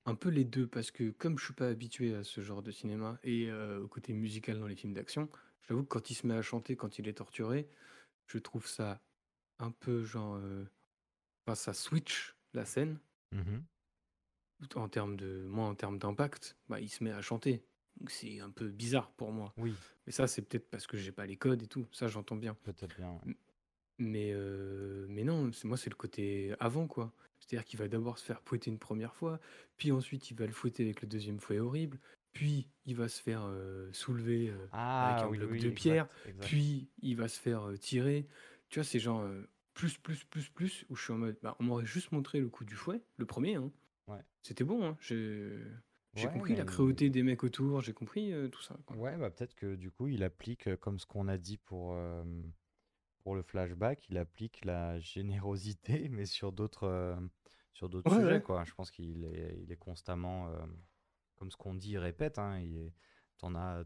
un peu les deux, parce que comme je suis pas habitué à ce genre de cinéma et au côté musical dans les films d'action, j'avoue que quand il se met à chanter, quand il est torturé, je trouve ça un peu genre, enfin, ça switch la scène Mhm. en termes de, moi, en termes d'impact, bah, il se met à chanter. Donc c'est un peu bizarre pour moi. Oui, Mais ça, c'est peut-être parce que j'ai pas les codes et tout. Ça, j'entends bien. peut-être bien. Ouais. Mais non, moi, c'est le côté avant, quoi. C'est-à-dire qu'il va d'abord se faire fouetter une première fois, puis ensuite il va le fouetter avec le deuxième fouet horrible, puis il va se faire soulever avec Ah un oui, bloc oui, de pierre, exact, exact. puis il va se faire tirer. Tu vois, c'est genre plus, où je suis en mode, bah, on m'aurait juste montré le coup du fouet, le premier, hein. Ouais. C'était bon, hein. J'ai Ouais, compris la mais cruauté des mecs autour, j'ai compris tout ça, quoi. ouais, bah peut-être que du coup, il applique, comme ce qu'on a dit pour le flashback, il applique la générosité, mais sur d'autres Ouais, sujets, ouais. quoi. Je pense qu'il est constamment, comme ce qu'on dit, il répète, hein, t'en as,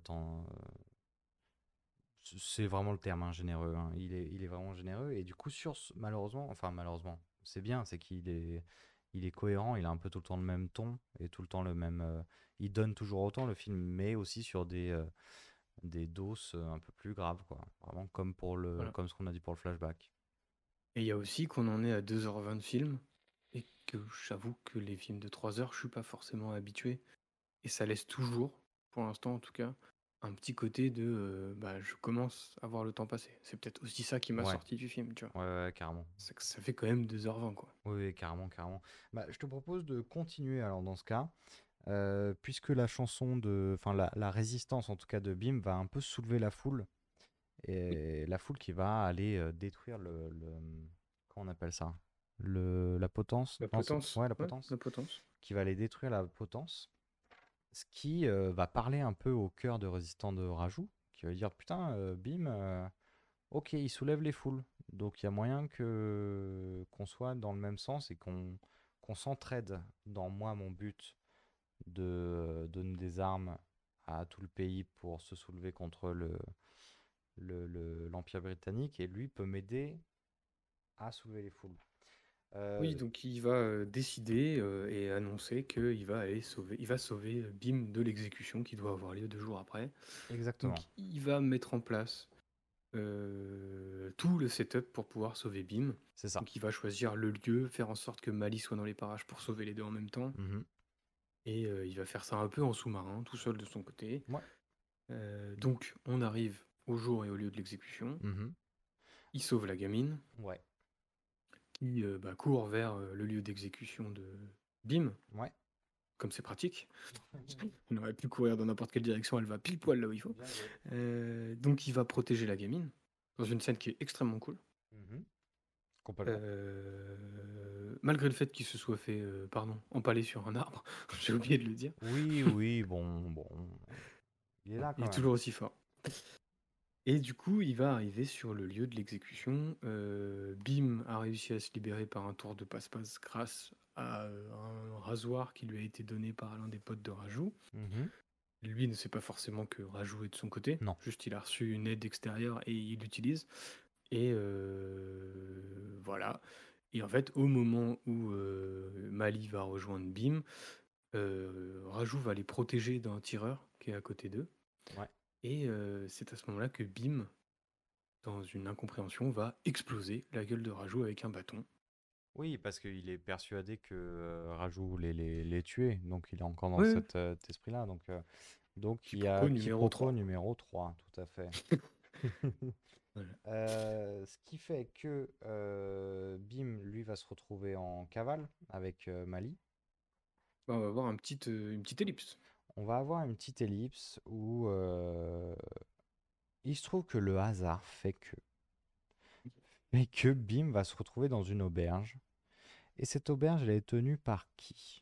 c'est vraiment le terme, hein, généreux, hein. Il est vraiment généreux, et du coup, malheureusement, c'est bien, c'est qu'il est cohérent, il a un peu tout le temps le même ton, et tout le temps le même, il donne toujours autant le film, mais aussi sur des doses un peu plus graves, quoi. Vraiment Voilà. comme ce qu'on a dit pour le flashback. Et il y a aussi qu'on en est à 2h20 de film, et que j'avoue que les films de 3 heures, je suis pas forcément habitué. Et ça laisse toujours, pour l'instant en tout cas, un petit côté de bah, je commence à voir le temps passer. C'est peut-être aussi ça qui m'a Ouais, sorti du film, tu vois. ouais, ouais, carrément. C'est que ça fait quand même 2h20, quoi. Oui, oui, carrément, carrément. Bah, je te propose de continuer alors dans ce cas, puisque la chanson enfin la résistance en tout cas de Bim va un peu soulever la foule, et la foule qui va aller détruire comment on appelle ça? La potence? La Non, potence, ouais, la ouais, potence. la potence. Qui va aller détruire la potence, ce qui va parler un peu au cœur de résistant de Rajou, qui va dire putain, Bim, ok, il soulève les foules, donc il y a moyen qu'on soit dans le même sens et qu'on s'entraide. Dans moi, mon but de donner des armes à tout le pays pour se soulever contre l'Empire britannique, et lui peut m'aider à soulever les foules. Oui, donc il va décider et annoncer il va sauver Bim de l'exécution qui doit avoir lieu 2 jours après. Donc Exactement, il va mettre en place tout le setup pour pouvoir sauver Bim. c'est ça. Donc il va choisir le lieu, faire en sorte que Mali soit dans les parages pour sauver les deux en même temps. Mhm. Et il va faire ça un peu en sous-marin, tout seul de son côté. Ouais. Donc on arrive au jour et au lieu de l'exécution. Mhm. Il sauve la gamine, Ouais. qui bah, court vers le lieu d'exécution de Bim, Ouais. comme c'est pratique. On aurait pu courir dans n'importe quelle direction, elle va pile poil là où il faut. Bien joué. Donc il va protéger la gamine, dans une scène qui est extrêmement cool. Mhm. Complètement. Malgré le fait qu'il se soit fait empaler sur un arbre, j'ai oublié de le dire. Oui, oui, bon. Il est là Il quand est même. toujours aussi fort. Et du coup, il va arriver sur le lieu de l'exécution. Bim a réussi à se libérer par un tour de passe-passe grâce à un rasoir qui lui a été donné par l'un des potes de Rajou. Mhm. Lui ne sait pas forcément que Rajou est de son côté. Non. Juste, il a reçu une aide extérieure et il l'utilise. Et voilà. Et en fait, au moment où Mali va rejoindre Bim, Rajou va les protéger d'un tireur qui est à côté d'eux. Ouais. Et c'est à ce moment-là que Bim, dans une incompréhension, va exploser la gueule de Rajou avec un bâton. Oui, parce qu'il est persuadé que Rajou voulait les tuer, donc il est encore dans Ouais, cet esprit-là. Donc il y quiproquo a numéro quiproquo 3. numéro 3, tout à fait. Voilà. Ce qui fait que Bim, lui, va se retrouver en cavale avec Mali. Bah, on va avoir une petite ellipse. On va avoir une petite ellipse où il se trouve que le hasard fait que Bim va se retrouver dans une auberge. Et cette auberge, elle est tenue par qui?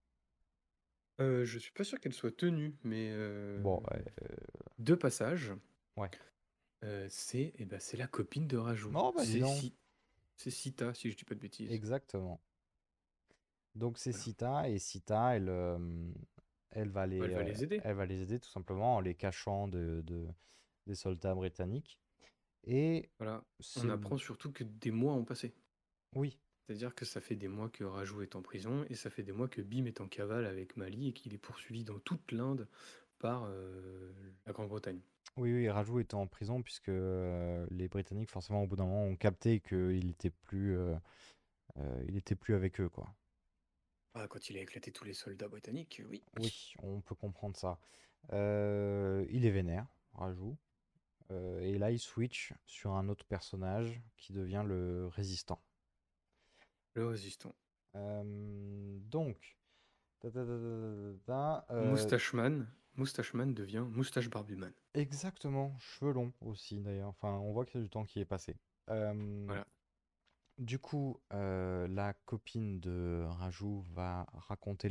Je suis pas sûr qu'elle soit tenue, mais Bon, de passage, ouais. c'est la copine de Rajou. Non, bah dis donc. C'est Sita, si je dis pas de bêtises. Exactement. Donc c'est Voilà. Sita, et Sita, elle va Elle va les aider. elle va les aider tout simplement en les cachant des soldats britanniques. Et Voilà. c'est On apprend surtout que des mois ont passé. oui, C'est-à-dire que ça fait des mois que Rajou est en prison et ça fait des mois que Bim est en cavale avec Mali et qu'il est poursuivi dans toute l'Inde par la Grande-Bretagne. Oui, oui, Rajou était en prison puisque les Britanniques, forcément, au bout d'un moment, ont capté il était plus avec eux, quoi. Ah, quand il a éclaté tous les soldats britanniques, oui. Oui, on peut comprendre ça. Il est vénère, Rajou. Et là, il switch sur un autre personnage qui devient le résistant. Le résistant. Donc, Moustacheman devient Moustache Barbuman. exactement, cheveux longs aussi d'ailleurs. Enfin, on voit qu'il y a du temps qui est passé. Voilà. Du coup, la copine de Rajou va raconter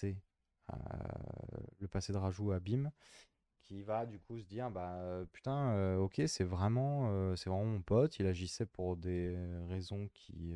le passé de Rajou à Bim, qui va du coup se dire bah putain, ok, c'est vraiment mon pote. Il agissait pour des raisons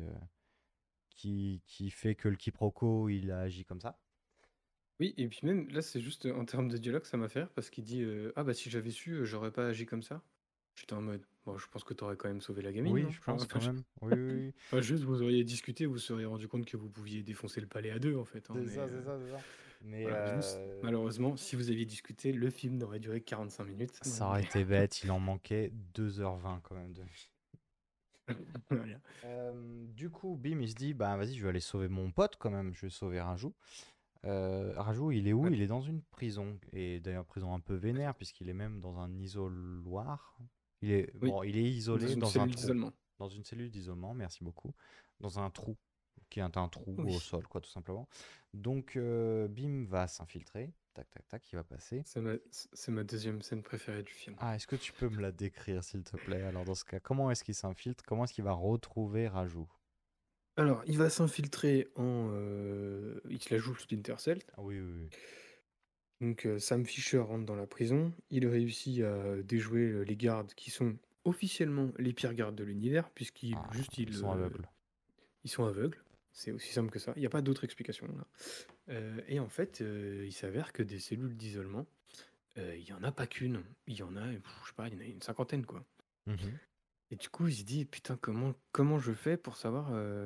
qui fait que le quiproquo, il a agi comme ça. Oui, et puis même là, c'est juste en termes de dialogue, ça m'a fait rire parce qu'il dit ah bah si j'avais su, j'aurais pas agi comme ça. J'étais en mode bon, je pense que t'aurais quand même sauvé la gamine, Oui, non? je Genre, pense quand même. Oui, oui, oui. enfin, juste vous auriez discuté, vous seriez rendu compte que vous pouviez défoncer le palais à deux en fait, hein, C'est mais ça, c'est ça, c'est ça. Mais voilà, juste malheureusement, si vous aviez discuté, le film n'aurait duré que 45 minutes. ça donc, aurait été bête, il en manquait 2h20 quand même de voilà. Du coup, Bim, il se dit, bah vas-y, je vais aller sauver mon pote quand même, je vais sauver Rajou. Rajou, il est où? Ouais. Il est dans une prison, et d'ailleurs prison un peu vénère, puisqu'il est même dans un isoloir. Oui, Bon, il est dans isolé une dans un cellule trou, d'isolement. dans une cellule d'isolement, merci beaucoup, dans un trou, qui est un trou au Oui, sol, quoi, tout simplement. Donc, Bim va s'infiltrer, tac, tac, tac, il va passer. c'est ma deuxième scène préférée du film. Ah, est-ce que tu peux me la décrire, s'il te plaît? Alors, dans ce cas, comment est-ce qu'il s'infiltre? Comment est-ce qu'il va retrouver Rajou? Alors, il va s'infiltrer il se la joue Splinter Cell. Ah oui, oui, oui. Donc, Sam Fisher rentre dans la prison. Il réussit à déjouer les gardes qui sont officiellement les pires gardes de l'univers, puisqu'ils Ah, juste ils sont aveugles. ils sont aveugles. C'est aussi simple que ça. Il n'y a pas d'autre explication là. Et en fait, il s'avère que des cellules d'isolement, il n'y en a pas qu'une. Il y en a, je sais pas, il y en a une cinquantaine quoi. Mhm. Et du coup, il se dit, putain, comment je fais pour savoir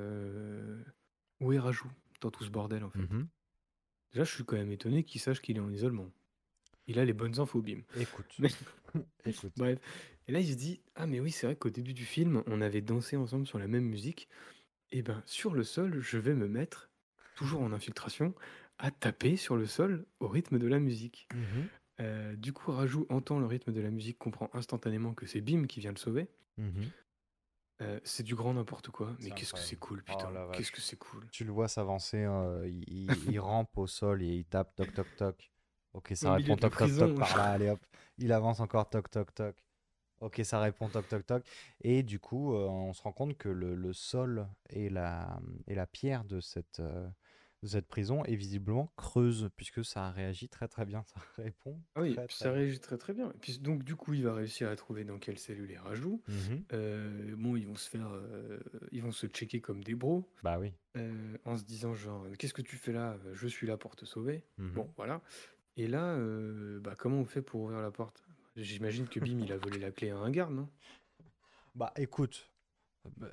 où est Rajou dans tout ce bordel en fait. Mhm. Déjà, je suis quand même étonné qu'il sache qu'il est en isolement. Il a les bonnes infos, Bim. Écoute, Mais écoute. bref. Et là, il se dit, ah mais oui, c'est vrai qu'au début du film, on avait dansé ensemble sur la même musique. Et ben, sur le sol, je vais me mettre, toujours en infiltration, à taper sur le sol au rythme de la musique. Mhm. Du coup, Rajou entend le rythme de la musique, comprend instantanément que c'est Bim qui vient le sauver. Mhm. C'est du grand n'importe quoi, mais C'est qu'est-ce que c'est incroyable. cool, Oh putain. la Qu'est-ce que vache. c'est cool. Tu le vois s'avancer, il rampe au sol et il tape toc toc toc. Ok, Au ça milieu répond de la toc toc toc prison. par là, allez hop. Il avance encore toc toc toc. Ok, ça répond toc toc toc. Et du coup, on se rend compte que le sol et la pierre de cette prison est visiblement creuse, puisque ça réagit très très bien. Ça répond Ah oui, très puis très ça bien. réagit très très bien. Et puis donc du coup, il va réussir à trouver dans quelle cellule est Rajou. Mhm. Bon, ils vont se checker comme des bros, Bah oui. en se disant genre, qu'est-ce que tu fais là? Je suis là pour te sauver. Mhm. Bon, voilà. Et là, bah comment on fait pour ouvrir la porte? J'imagine que Bim, il a volé la clé à un garde, non? Bah écoute, bah,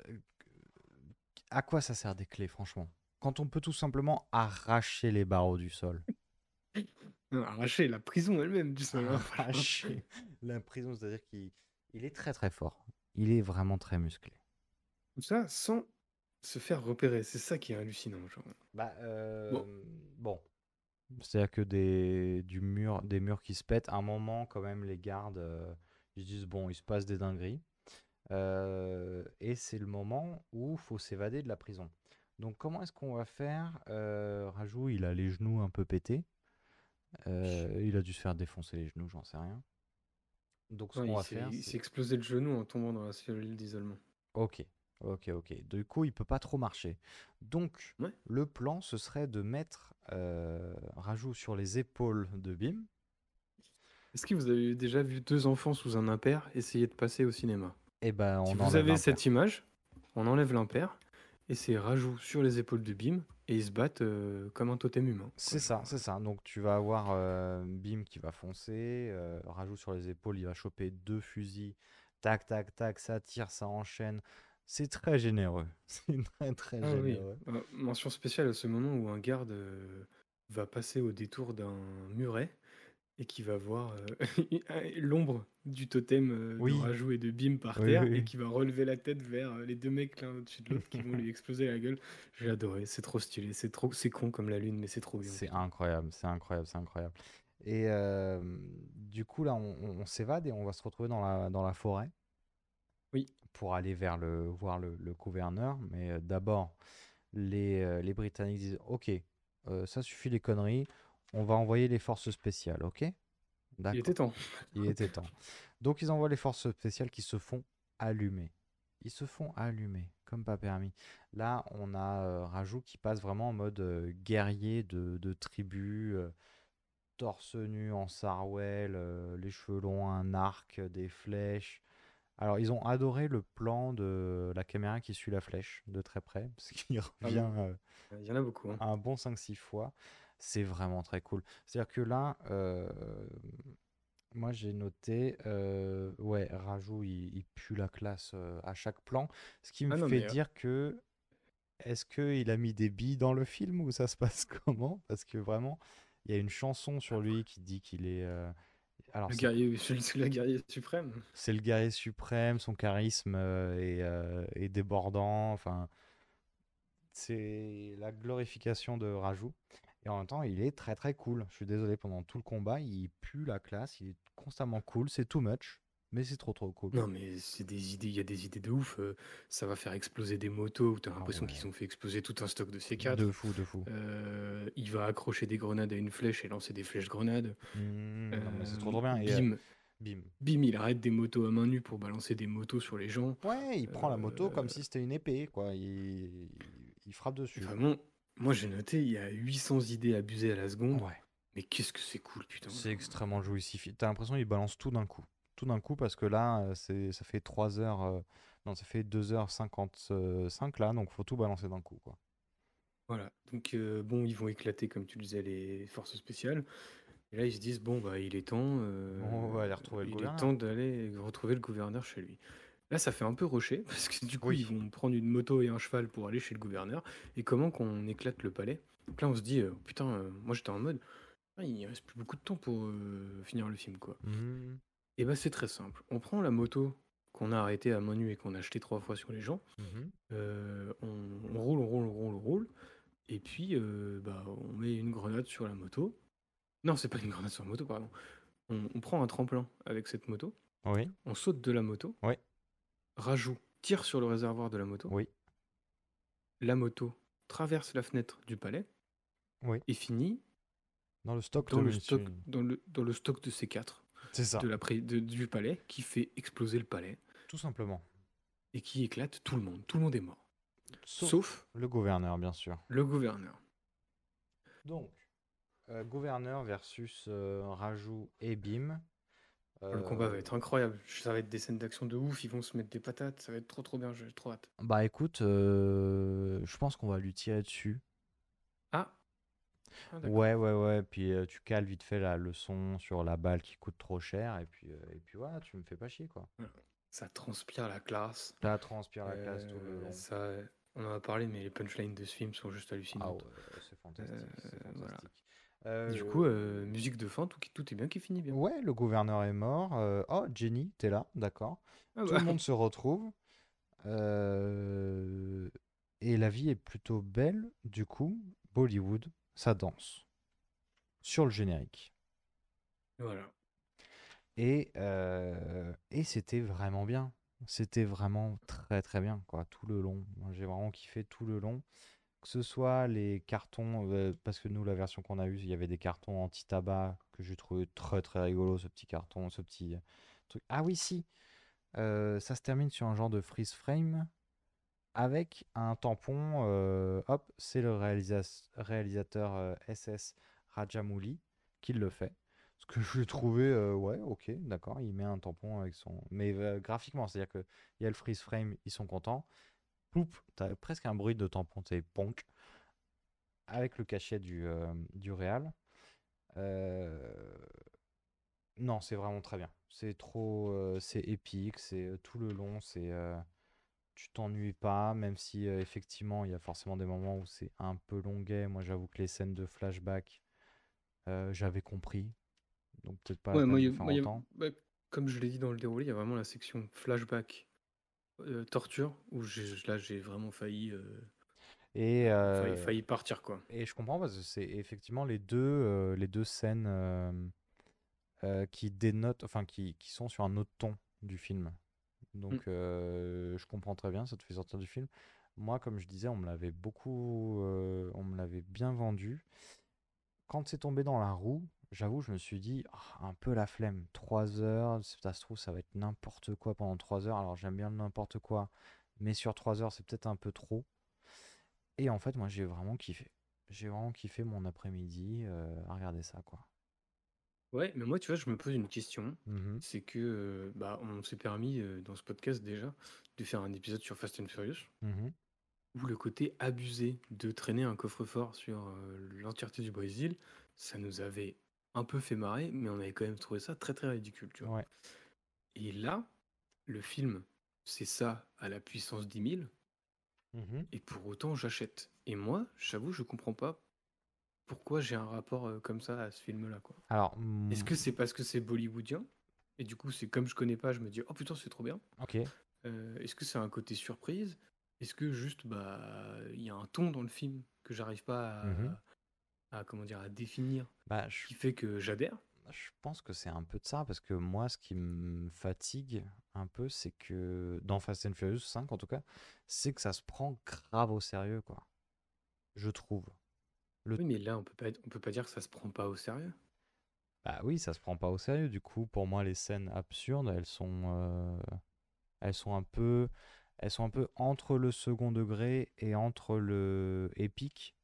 à quoi ça sert des clés, franchement? Quand on peut tout simplement arracher les barreaux du sol. Non, arracher la prison elle-même du sol, hein, franchement. Arracher la prison, c'est-à-dire qu'il est très très fort. Il est vraiment très musclé. Tout ça sans se faire repérer. C'est ça qui est hallucinant, genre. Bah, Bon, bon. C'est-à-dire que des murs qui se pètent, à un moment, quand même, les gardes, ils se disent, bon, il se passe des dingueries. Et c'est le moment où il faut s'évader de la prison. Donc, comment est-ce qu'on va faire? Rajou, il a les genoux un peu pétés. Il a dû se faire défoncer les genoux, j'en sais rien. Donc, ce non, qu'on va faire, il s'est c'est... explosé le genou en tombant dans la cellule d'isolement. Ok, ok, ok. Du coup, il peut pas trop marcher. Donc, Ouais. le plan, ce serait de mettre Rajou sur les épaules de Bim. Est-ce que vous avez déjà vu deux enfants sous un impair essayer de passer au cinéma? Et ben, Si on vous enlève avez l'impair. cette image, on enlève l'impair et c'est Rajou sur les épaules de Bim et ils se battent comme un totem humain, quoi, C'est ça, genre. c'est ça. Donc, tu vas avoir Bim qui va foncer, Rajou sur les épaules, il va choper deux fusils. Tac, tac, tac, ça tire, ça enchaîne. C'est très généreux. C'est très très Ah oui. généreux. Mention spéciale à ce moment où un garde va passer au détour d'un muret et qui va voir l'ombre du totem de Oui, Rajou et de Bim par oui, terre oui, et oui. qui va relever la tête vers les deux mecs l'un au-dessus de l'autre qui vont lui exploser la gueule. J'ai adoré, c'est trop stylé, c'est con comme la lune, mais c'est trop bien, C'est putain. incroyable, c'est incroyable, c'est incroyable. Et du coup, là, on s'évade et on va se retrouver dans la forêt Oui, pour aller voir le gouverneur. Mais d'abord, les Britanniques disent, OK, ça suffit les conneries, on va envoyer les forces spéciales, OK? il était D'accord, temps. il était temps. Donc ils envoient les forces spéciales qui se font allumer. Ils se font allumer, comme pas permis. Là, on a Rajou qui passe vraiment en mode guerrier de tribu, torse nu en sarouel, les cheveux longs, un arc, des flèches. Alors, ils ont adoré le plan de la caméra qui suit la flèche de très près, parce qu'il Ah, revient il y en a beaucoup, hein. un bon 5-6 fois. C'est vraiment très cool. C'est-à-dire que là, moi j'ai noté, ouais, Rajou, il pue la classe à chaque plan. Ce qui me Ah non, fait mais dire que, est-ce qu'il a mis des billes dans le film ou ça se passe comment? Parce que vraiment, il y a une chanson sur lui qui dit qu'il est. Alors, le guerrier, c'est le guerrier suprême. c'est le guerrier suprême, son charisme est débordant. Enfin, c'est la glorification de Rajou. Et en même temps, il est très très cool. Je suis désolé, pendant tout le combat, il pue la classe, il est constamment cool. C'est too much, mais c'est trop trop cool. Non, mais c'est des idées, il y a des idées de ouf. Ça va faire exploser des motos où t'as Ah l'impression qu'ils ouais, ont fait exploser tout un stock de de C4. fou, de fou. Il va accrocher des grenades à une flèche et lancer des flèches grenades. Non, mais c'est trop trop bien. Et Bim, bim. bim, il arrête des motos à main nue pour balancer des motos sur les gens. Ouais, il prend la moto comme Euh, si c'était une épée, quoi. Il frappe dessus. Vraiment, moi j'ai noté, il y a 800 idées abusées à la seconde. Ouais. Mais qu'est-ce que c'est cool, putain. C'est extrêmement jouissif. T'as l'impression qu'il balance tout d'un coup. Tout d'un coup, parce que là, ça fait 3 heures. Non, ça fait 2h55 là, donc faut tout balancer d'un coup, quoi. Voilà. Donc, bon, ils vont éclater, comme tu le disais, les forces spéciales. Et là, ils se disent, bon, bah, On va aller retrouver le il est gouverneur. temps d'aller retrouver le gouverneur chez lui. Là, ça fait un peu rusher, parce que du coup, ils Oui. vont prendre une moto et un cheval pour aller chez le gouverneur. Et comment qu'on éclate le palais? Donc là, on se dit, putain, moi j'étais en mode, ah, il reste plus beaucoup de temps pour finir le film, quoi. Mhm. Et bah, c'est très simple. On prend la moto qu'on a arrêtée à main nue et qu'on a achetée 3 fois sur les gens. Mhm. On roule, on roule, on roule, on roule. Et puis, bah, on met une grenade sur la moto. Non, c'est pas une grenade sur la moto, pardon. On prend un tremplin avec cette moto. Oui, On saute de la moto. oui, Rajout tire sur le réservoir de la moto. oui, La moto traverse la fenêtre du palais oui. et finit Dans le stock dans de le stock, munitions. dans le stock de C4 C'est ça, du palais qui fait exploser le palais tout simplement. et qui éclate tout le monde. Tout le monde est mort. Sauf Sauf le gouverneur, bien sûr. le gouverneur. Donc, gouverneur versus Rajou et Bim. Le combat va être incroyable. Ça va être des scènes d'action de ouf. Ils vont se mettre des patates. Ça va être trop trop bien. J'ai trop hâte. Bah écoute, je pense qu'on va lui tirer dessus. Ah, ah, d'accord. Ouais, ouais, ouais. Puis tu cales vite fait la leçon sur la balle qui coûte trop cher. Et puis voilà, tu me fais pas chier, quoi. Voilà. Ça transpire la classe. Là, transpire la classe tout le long. Ça, on en a parlé, mais les punchlines de ce film sont juste Ah hallucinantes. ouais, c'est fantastique, c'est Voilà. fantastique. Du coup, musique de fin, tout est bien qui finit bien. Ouais, le gouverneur est mort. Oh, Jenny, t'es là, d'accord. Ah Tout bah, le monde se retrouve. Euh, Et la vie est plutôt belle. Du coup, Bollywood, ça danse sur le générique. voilà. Et c'était vraiment bien. C'était vraiment très très bien, quoi, tout le long. Moi, j'ai vraiment kiffé tout le long. Que ce soit les cartons, parce que nous, la version qu'on a eue, il y avait des cartons anti-tabac que j'ai trouvé très très rigolo, ce petit carton, ce petit truc. Ah oui, si, ça se termine sur un genre de freeze frame avec un tampon. Hop, c'est le réalisateur SS Rajamouli qui le fait. Ce que je trouvais, ouais, ok, d'accord, il met un tampon avec son. Mais graphiquement, c'est-à-dire qu'il y a le freeze frame, ils sont contents. Poup, t'as presque un bruit de tampon, c'est ponk, avec le cachet du réal. Euh, Non, c'est vraiment très bien. C'est trop, c'est épique, c'est tout le long, tu t'ennuies pas, même si effectivement, il y a forcément des moments où c'est un peu longuet. Moi, j'avoue que les scènes de flashback, j'avais compris. Donc peut-être pas la Ouais, peine de faire autant. comme je l'ai dit dans le déroulé, il y a vraiment la section flashback, torture, où là j'ai vraiment Et, failli partir, quoi. et je comprends parce que c'est effectivement les deux scènes qui dénotent, enfin qui sont sur un autre ton du film. Donc je comprends très bien, ça te fait sortir du film. Moi, comme je disais, on me l'avait on me l'avait bien vendu. Quand c'est tombé dans la roue, j'avoue, je me suis dit, ah, un peu la flemme. 3 heures, ça se trouve, ça va être n'importe quoi pendant 3 heures. Alors j'aime bien le n'importe quoi, mais sur 3 heures, c'est peut-être un peu trop. Et en fait, moi, j'ai vraiment kiffé. J'ai vraiment kiffé mon après-midi à regarder ça, quoi. Ouais, mais moi, tu vois, je me pose une question. Mhm. C'est que, on s'est permis dans ce podcast déjà de faire un épisode sur Fast and Furious Mhm. où le côté abusé de traîner un coffre-fort sur l'entièreté du Brésil, ça nous avait un peu fait marrer, mais on avait quand même trouvé ça très très ridicule, tu vois. Ouais. Et là, le film, c'est ça à la puissance 10 000, Mhm. et pour autant, j'achète. Et moi, j'avoue, je comprends pas pourquoi j'ai un rapport comme ça à ce film-là, quoi. Alors, Est-ce que c'est parce que c'est bollywoodien? Et du coup, c'est comme je connais pas, je me dis, oh putain, c'est trop bien. ok. Est-ce que c'est un côté surprise? Est-ce que juste, il y a un ton dans le film que j'arrive pas Mhm. comment dire, à définir, Bah, qui fait que j'adhère? je pense que c'est un peu de ça, parce que moi, ce qui me fatigue un peu, c'est que dans Fast and Furious 5, en tout cas, c'est que ça se prend grave au sérieux, quoi. Je trouve. Le... Oui, mais là, on peut pas dire que ça se prend pas au sérieux. Bah oui, ça se prend pas au sérieux. Du coup, pour moi, les scènes absurdes, elles sont un peu, elles sont un peu entre le second degré et entre le épique.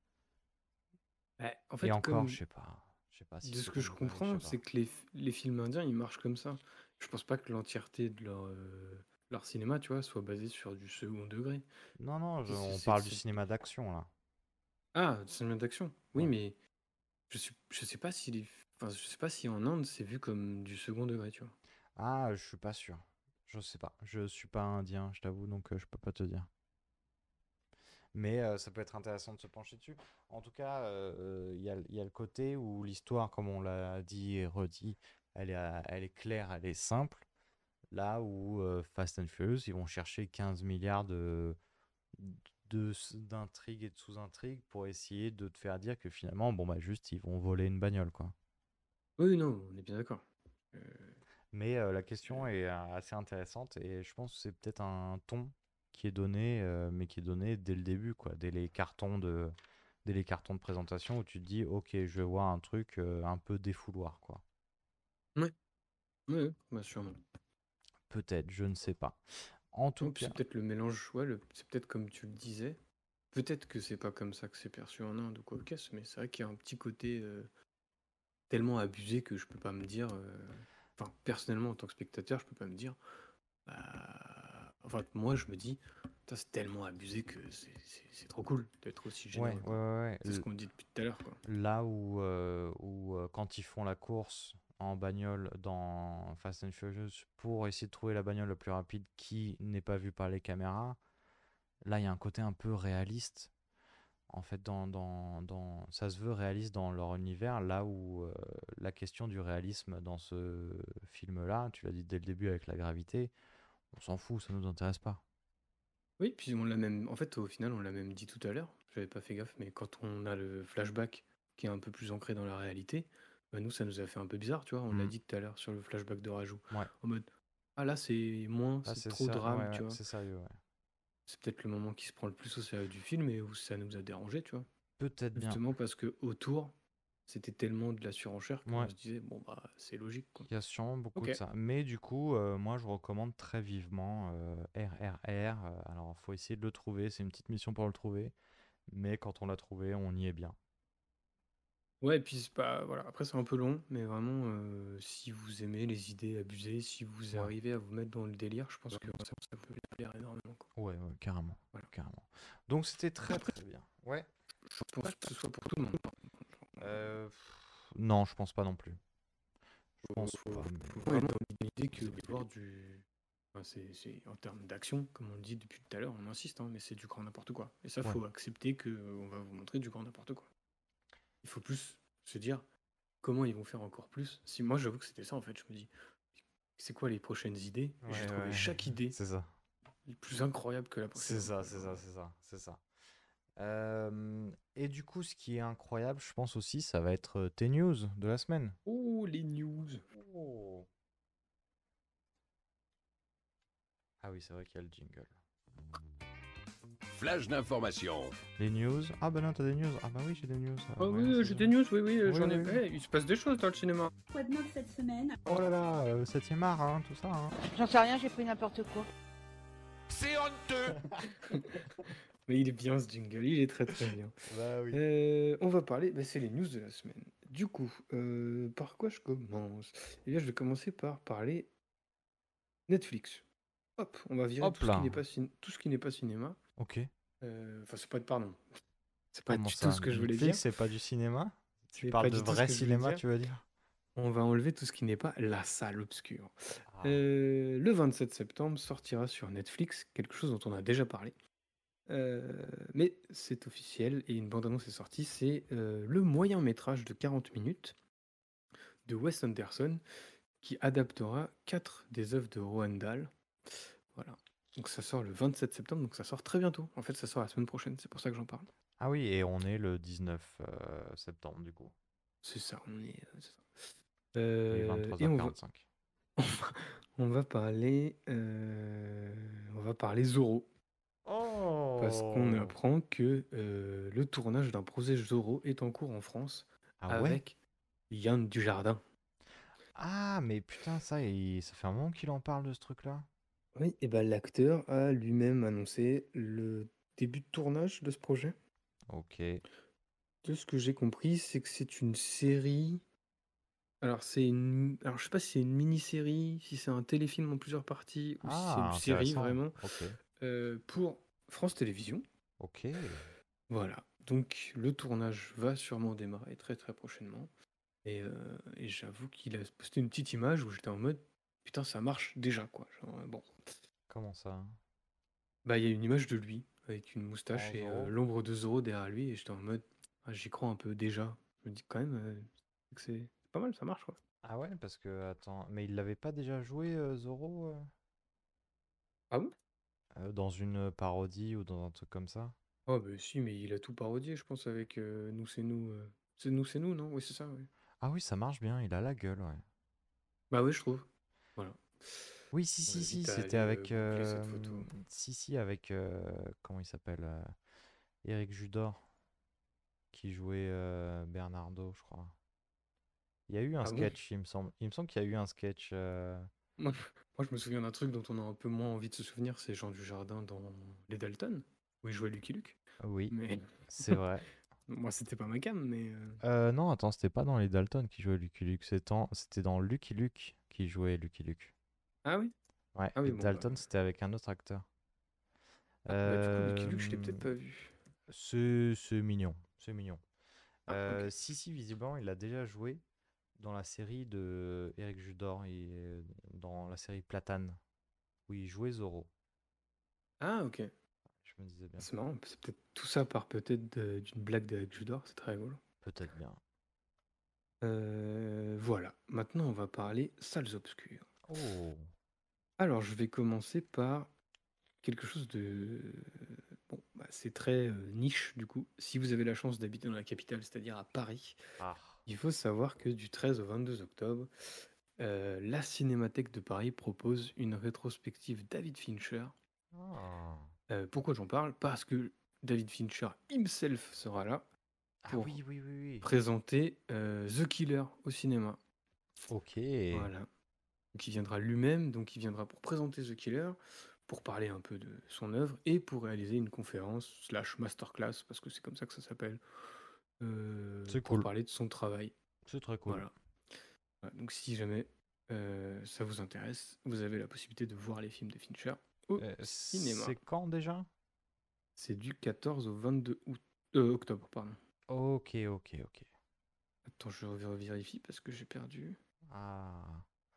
En Et fait, encore, comme je sais pas si de ce que second je degré, je comprends, sais pas. c'est que les films indiens, ils marchent comme ça. Je pense pas que l'entièreté de leur cinéma, tu vois, soit basée sur du second degré. Non, non, on C'est- parle du c'est- cinéma d'action là. Ah, du cinéma d'action. Oui, Ouais. mais je sais pas si je sais pas si en Inde c'est vu comme du second degré, tu vois. Ah, je suis pas sûr. Je sais pas. Je suis pas indien, je t'avoue, donc je peux pas te dire. Mais ça peut être intéressant de se pencher dessus. En tout cas, il y a le côté où l'histoire, comme on l'a dit et redit, elle est claire, elle est simple. Là où Fast and Furious, ils vont chercher 15 milliards d'intrigues et de sous-intrigues pour essayer de te faire dire que finalement, bon bah juste, ils vont voler une bagnole, quoi. Oui, non, on est bien d'accord. Euh, Mais la question est assez intéressante et je pense que c'est peut-être un ton qui est donné, mais qui est donné dès le début, quoi, dès les cartons de présentation où tu te dis, ok, je vais voir un truc un peu défouloir, quoi. Ouais, ouais, sûrement. Peut-être, je ne sais pas. En tout Non, puis cas, c'est peut-être le mélange, ouais, c'est peut-être comme tu le disais. Peut-être que c'est pas comme ça que c'est perçu en Inde ou quoi que ce, mais c'est vrai qu'il y a un petit côté tellement abusé que je peux pas me dire. Enfin, personnellement, en tant que spectateur, je peux pas me dire. Enfin, moi, je me dis, putain, c'est tellement abusé que c'est trop cool d'être aussi ouais, généreux, ouais, quoi. ouais, C'est ce qu'on dit depuis tout à l'heure, quoi. là où quand ils font la course en bagnole dans Fast and Furious pour essayer de trouver la bagnole la plus rapide qui n'est pas vue par les caméras, là il y a un côté un peu réaliste. En fait, ça se veut réaliste dans leur univers, là où la question du réalisme dans ce film-là, tu l'as dit dès le début avec la gravité, on s'en fout, ça nous intéresse pas. Oui, puis on l'a même. En fait, au final, on l'a même dit tout à l'heure. J'avais pas fait gaffe, mais quand on a le flashback qui est un peu plus ancré dans la réalité, nous, ça nous a fait un peu bizarre, tu vois. On l'a Mm. dit tout à l'heure sur le flashback de Rajou. Ouais, En mode, ah là, c'est moins, là c'est trop ouais, drame, ouais, tu vois. c'est sérieux, ouais. C'est peut-être le moment qui se prend le plus au sérieux du film et où ça nous a dérangé, tu vois. Peut-être bien. Justement parce que autour, c'était tellement de la surenchère qu'on Ouais, se disait, bon, c'est logique, quoi. il y a sûrement beaucoup de Ok. ça. Mais du coup, moi je recommande très vivement RRR. Alors, faut essayer de le trouver, c'est une petite mission pour le trouver. Mais quand on l'a trouvé, on y est bien. Ouais, et puis c'est pas. Voilà. Après, c'est un peu long, mais vraiment, si vous aimez les idées abusées, si vous Ouais, arrivez à vous mettre dans le délire, je pense que ça peut plaire énormément, quoi. ouais, ouais, carrément. Voilà. Carrément. Donc c'était très très bien. Ouais. Je pense pas que ce soit pour tout le monde. Non, je pense pas non plus. Je Faut, pense faut, pas. faut vraiment être dans l'idée que de voir du Enfin, en termes d'action, comme on le dit depuis tout à l'heure, on insiste, hein, mais c'est du grand n'importe quoi. Et ça, Ouais. faut accepter qu'on va vous montrer du grand n'importe quoi. Il faut plus se dire comment ils vont faire encore plus. Si moi, j'avoue que c'était ça en fait, je me dis, c'est quoi les prochaines idées? Et j'ai Ouais, trouvé ouais. chaque idée C'est ça. plus incroyable que la C'est précédente. ça, quoi, c'est genre. ça, c'est ça, c'est ça. Et du coup, ce qui est incroyable, je pense aussi, ça va être tes news de la semaine. Oh, les news! Oh. Ah oui, c'est vrai qu'il y a le jingle. Flash d'information. Les news. Ah bah non, t'as des news. Ah bah oui, j'ai des news. Ah Ouais, oui, c'est j'ai ça. des news, oui, oui, Oui, j'en ai. oui, oui. Eh, il se passe des choses dans le cinéma. Quoi de neuf cette semaine? Oh là là, 7e art, hein, tout ça. Hein. J'en sais rien, j'ai pris n'importe quoi. C'est honteux. Mais il est bien ce jingle, il est très très bien. Bah oui. On va parler, bah, c'est les news de la semaine. Du coup, par quoi je commence? Eh bien, je vais commencer par parler Netflix. Hop, on va virer Hop tout ce qui là. n'est pas tout ce qui n'est pas cinéma. Ok. Enfin, c'est pas pardon. C'est pas Comment du ça? tout ce que je voulais Netflix, dire. c'est pas du cinéma? Tu C'est parles pas de du tout ce vrai que je voulais cinéma, dire. tu veux dire? On va enlever tout ce qui n'est pas la salle obscure. Ah. Le 27 septembre sortira sur Netflix quelque chose dont on a déjà parlé. Mais c'est officiel et une bande-annonce est sortie. C'est le moyen métrage de 40 minutes de Wes Anderson qui adaptera 4 des œuvres de Roald Dahl. Voilà. Donc ça sort le 27 septembre, donc ça sort très bientôt. En fait, ça sort la semaine prochaine, c'est pour ça que j'en parle. Ah oui, et on est le 19 septembre, du coup. C'est ça, on est. C'est ça. Il est Et 23h45. on va parler Zorro. Parce qu'on Oh! apprend que le tournage d'un projet Zorro est en cours en France Ah ouais? avec Yann Dujardin. Ah, mais putain, ça fait un moment qu'il en parle de ce truc-là. Oui, et ben l'acteur a lui-même annoncé le début de tournage de ce projet. Ok. De ce que j'ai compris, c'est que c'est une série. Alors je sais pas si c'est une mini-série, si c'est un téléfilm en plusieurs parties ou si c'est une Ah, série intéressant. vraiment Ok. pour France Télévisions. Ok. Voilà. Donc le tournage va sûrement démarrer très très prochainement. Et j'avoue qu'il a posté une petite image où j'étais en mode putain, ça marche déjà quoi. Genre, bon. Comment ça? Bah, il y a une image de lui avec une moustache En et Zorro? l'ombre de Zorro derrière lui et j'étais en mode ah, j'y crois un peu déjà. Je me dis quand même que c'est pas mal, ça marche quoi. Ah ouais, parce que, attends, mais il l'avait pas déjà joué, Zorro, Ah bon? dans une parodie ou dans un truc comme ça? Oh bah si, mais il a tout parodié, je pense, avec Nous c'est nous. C'est nous, non? Oui, c'est ça, oui. Ah oui, ça marche bien, il a la gueule, ouais. Bah oui, je trouve. Voilà. Oui, si, On si, si, invite à c'était aller avec... googler cette photo. Si, avec... comment il s'appelle? Éric Judor, qui jouait Bernardo, je crois. Il y a eu un Ah bon? sketch, il me semble. Il me semble qu'il y a eu un sketch... Moi, je me souviens d'un truc dont on a un peu moins envie de se souvenir, c'est Jean Dujardin dans Les Dalton, où il jouait Lucky Luke. Oui, Mais c'est vrai. moi, c'était pas ma cam, mais Non, attends, c'était pas dans les Dalton qui jouait Lucky Luke, c'était dans Lucky Luke qui jouait Lucky Luke. ah oui? Ouais, Ah oui, et bon, Dalton, c'était avec un autre acteur. bah du coup, Lucky Luke, je l'ai peut-être pas vu. C'est mignon, c'est mignon. Ah, ok. Si, visiblement, il a déjà joué dans la série de Eric Judor, dans la série Platane, où il jouait Zorro. Ah, ok. Je me disais bien. C'est marrant, c'est peut-être tout ça part peut-être d'une blague d'Eric Judor, c'est très rigolo. Peut-être bien. Voilà, maintenant on va parler salles obscures. Oh, Alors, je vais commencer par quelque chose de... Bon, bah, c'est très niche du coup. Si vous avez la chance d'habiter dans la capitale, c'est-à-dire à Paris, ah, il faut savoir que du 13 au 22 octobre, la Cinémathèque de Paris propose une rétrospective David Fincher. ah. Pourquoi j'en parle? Parce que David Fincher himself sera là Ah pour oui, oui, oui, oui. présenter The Killer au cinéma. Ok. Voilà. Donc il viendra lui-même, donc il viendra pour présenter The Killer, pour parler un peu de son œuvre et pour réaliser une conférence / masterclass, parce que c'est comme ça que ça s'appelle, C'est pour cool. parler de son travail. C'est très cool. Voilà. Voilà, donc si jamais ça vous intéresse, vous avez la possibilité de voir les films de Fincher au cinéma. C'est quand déjà? C'est du 14 au 22 octobre, pardon. Ok. Attends, je vérifie parce que j'ai perdu. Ah.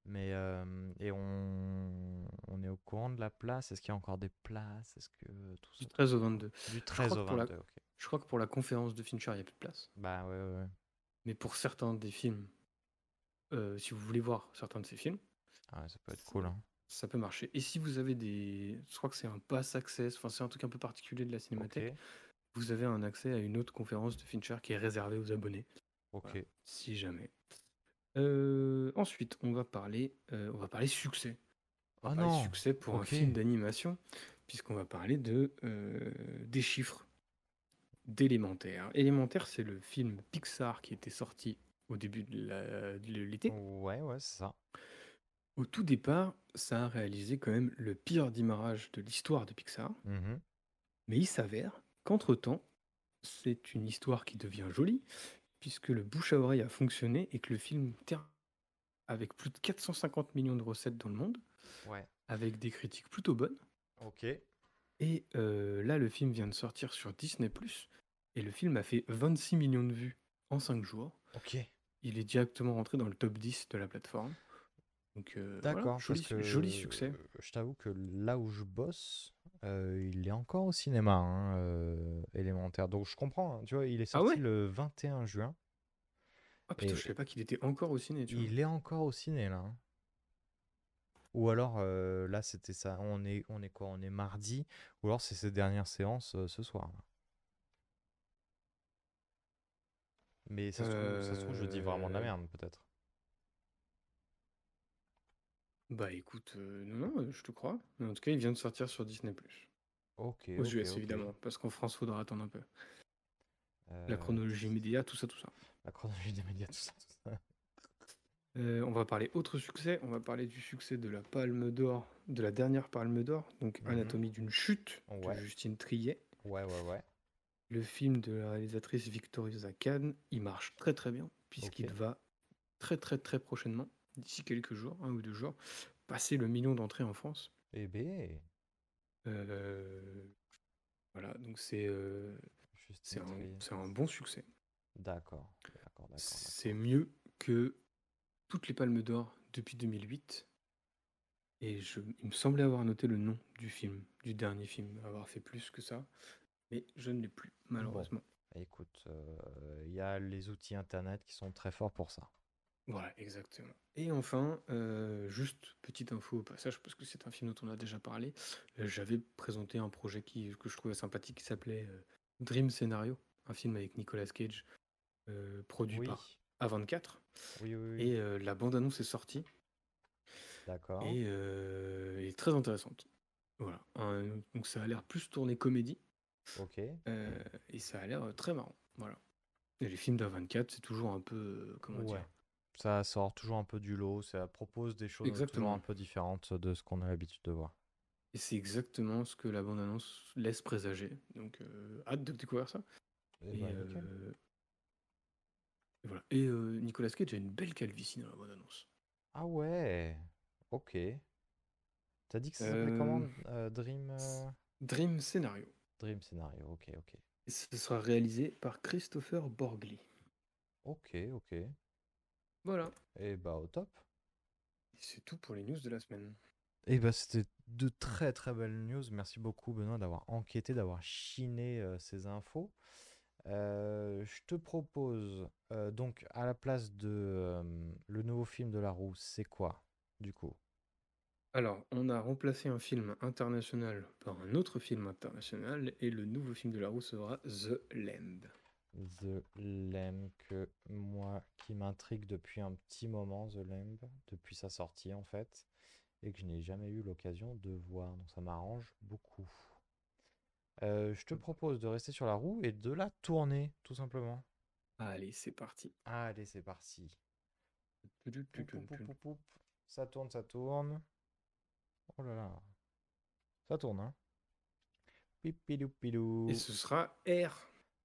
Mais et on est au courant de la place. Est-ce qu'il y a encore des places? Est-ce que tout Du ça? 13 au 22. Du Je crois 13 que au pour la, 22, ok. je crois que pour la conférence de Fincher, il n'y a plus de place. Bah ouais, ouais, ouais. Mais pour certains des films, si vous voulez voir certains de ces films, Ah ouais, ça peut être cool, hein. ça peut marcher. Et si vous avez des... Je crois que c'est un pass access, enfin c'est un truc un peu particulier de la Ok, Cinémathèque, vous avez un accès à une autre conférence de Fincher qui est réservée aux abonnés. Voilà, ok. si jamais. Ensuite, on va parler succès. On Oh va parler non! succès pour un Ok. film d'animation, puisqu'on va parler des chiffres d'Élémentaire. Élémentaire, c'est le film Pixar qui était sorti au début de l'été. Ouais, ouais, c'est ça. Au tout départ, ça a réalisé quand même le pire démarrage de l'histoire de Pixar, Mhm. mais il s'avère qu'entre-temps, c'est une histoire qui devient jolie, puisque le bouche à oreille a fonctionné et que le film termine avec plus de 450 millions de recettes dans le monde, Ouais. avec des critiques plutôt bonnes. Ok. Et là, le film vient de sortir sur Disney+, et le film a fait 26 millions de vues en 5 jours. Ok. Il est directement rentré dans le top 10 de la plateforme. Donc voilà, D'accord, parce joli que succès. je t'avoue que là où je bosse, il est encore au cinéma, hein, Élémentaire. Donc je comprends, hein, tu vois, il est Ah sorti ouais? le 21 juin Ah putain, je savais et pas qu'il était encore au ciné, tu vois. il est encore au ciné là, hein. Ou alors là c'était ça, on est quoi? On est mardi, ou alors c'est ses dernières séances ce soir, là. Mais ça se trouve, je dis vraiment de la Euh, merde peut-être. Bah écoute, non, non, je te crois. Mais en tout cas, il vient de sortir sur Disney+. Ok, Aux ok, US, ok. évidemment, parce qu'en France, faudra attendre un peu. La Euh, chronologie média, tout ça, tout ça. la chronologie des médias, tout ça, tout ça. On va parler autre succès, on va parler du succès de la Palme d'Or, de la dernière Palme d'Or, donc Mhm. Anatomie d'une chute de Ouais, Justine Triet. ouais, ouais, ouais. Le film de la réalisatrice Victoria Khan, il marche très très bien, Ok. puisqu'il va très très très prochainement, d'ici quelques jours, 1 ou 2 jours, passer le million d'entrées en France. Eh ben, Euh, voilà, donc Justine Triet. c'est un bon succès. D'accord, d'accord, d'accord, C'est d'accord. mieux que toutes les Palmes d'Or depuis 2008. Et il me semblait avoir noté le nom du film, du dernier film, avoir fait plus que ça, mais je ne l'ai plus, Bon, malheureusement. écoute, il y a les outils internet qui sont très forts pour ça. Voilà, exactement. Et enfin, juste petite info au passage, parce que c'est un film dont on a déjà parlé, j'avais présenté un projet que je trouvais sympathique qui s'appelait Dream Scenario, un film avec Nicolas Cage, produit Oui, par A24. oui, oui, oui. Et la bande-annonce est sortie, D'accord. et elle est très intéressante. Voilà. Donc ça a l'air plus tourné comédie, Ok. et ça a l'air très marrant. Voilà. Et les films d'A24, c'est toujours un peu, comment Ouais. dire? Ça sort toujours un peu du lot, ça propose des choses toujours un Exactement. peu différentes de ce qu'on a l'habitude de voir. Et c'est exactement ce que la bande-annonce laisse présager. Donc, hâte de découvrir ça. Eh Et, ben, nickel. et voilà. Et Nicolas Cage a une belle calvitie dans la bande-annonce. Ah ouais, ok. T'as dit que ça s'appelait Euh, comment? Dream, Dream Scénario. Dream Scenario, ok, ok. Et ce sera réalisé par Christopher Borgli. Ok, ok. Voilà. Et bah au top. Et c'est tout pour les news de la semaine. Et bah c'était de très très belles news. Merci beaucoup Benoît d'avoir enquêté, d'avoir chiné ces infos. Je te propose donc à la place de le nouveau film de La Roue, c'est quoi du coup? Alors, on a remplacé un film international par un autre film international, et le nouveau film de la roue sera The Lamb. The Lamb, que moi qui m'intrigue depuis un petit moment, The Lamb, depuis sa sortie en fait, et que je n'ai jamais eu l'occasion de voir, donc ça m'arrange beaucoup. Je te propose de rester sur la roue et de la tourner, tout simplement. Allez, c'est parti. Allez, c'est parti. Poup, poup, poup, poup, poup. Ça tourne, ça tourne. Oh là là. Ça tourne, hein. Pipidou, Et pidou. ce sera R.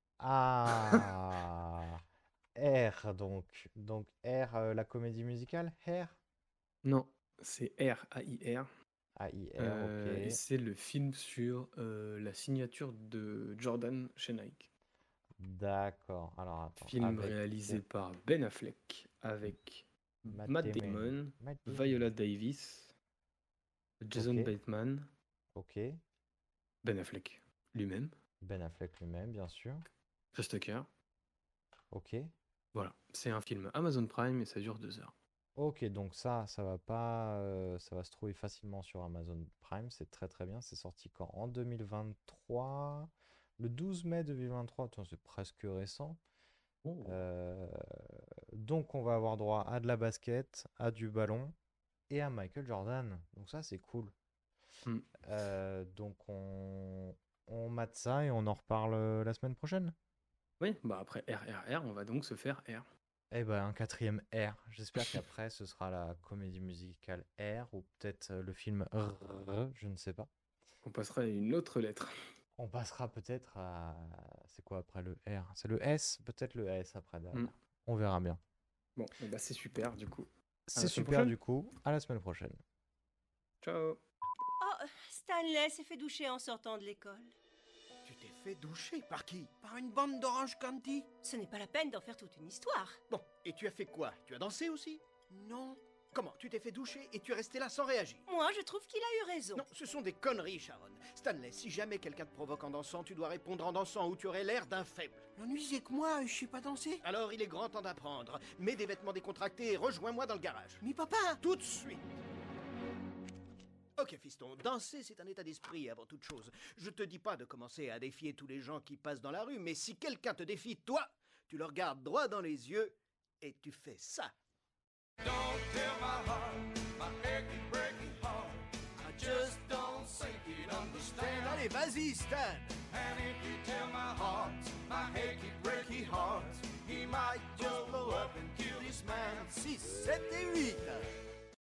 Ah. R, donc. Donc R, la comédie musicale. R. Non, c'est R, A-I-R. A-I-R, Et ok. c'est le film sur la signature de Jordan chez Nike. D'accord. Alors, attends. Film Avec. réalisé par Ben Affleck, avec Matt Damon, Matt Damon. Viola Davis, Jason Ok. Bateman, Ok. Ben Affleck lui-même, Ben Affleck lui-même, bien sûr. Chris Tucker. Ok. Voilà, c'est un film Amazon Prime et ça dure 2 heures. Ok, donc ça va pas, ça va se trouver facilement sur Amazon Prime, c'est très très bien. C'est sorti quand? En 2023, le 12 mai 2023, attends, c'est presque récent. Oh. Donc on va avoir droit à de la basket, à du ballon et à Michael Jordan. Donc ça c'est cool. Mm. Donc on mate ça et on en reparle la semaine prochaine. Oui, bah après RRR, on va donc se faire R. Eh ben un quatrième R. J'espère qu'après ce sera la comédie musicale R ou peut-être le film R, je ne sais pas. On passera à une autre lettre. On passera peut-être à... C'est quoi après le R? C'est le S? Peut-être le S après derrière. Mm. On verra bien. Bon, et bah c'est super du coup. C'est la semaine super prochaine. du coup. À la semaine prochaine. Ciao. Oh, Stanley s'est fait doucher en sortant de l'école. Tu t'es fait doucher par qui? Par une bande d'Orange County? Ce n'est pas la peine d'en faire toute une histoire. Bon, et tu as fait quoi? Tu as dansé aussi? Non. Comment? Tu t'es fait doucher et tu es resté là sans réagir? Moi, je trouve qu'il a eu raison. Non, ce sont des conneries, Sharon. Stanley, si jamais quelqu'un te provoque en dansant, tu dois répondre en dansant ou tu aurais l'air d'un faible. L'ennui, c'est que moi, je sais pas danser. Alors il est grand temps d'apprendre. Mets des vêtements décontractés et rejoins-moi dans le garage. Mais papa! Tout de suite. Ok, fiston, danser, c'est un état d'esprit avant toute chose. Je te dis pas de commencer à défier tous les gens qui passent dans la rue, mais si quelqu'un te défie, toi, tu le regardes droit dans les yeux et tu fais ça. Don't tell my heart, my achy, breaky heart. I just don't think you'd understand. Allez, vas-y, Stan. And if you tell my heart, my achy, breaky heart, he might just blow up and kill this man. 6, 7 et 8.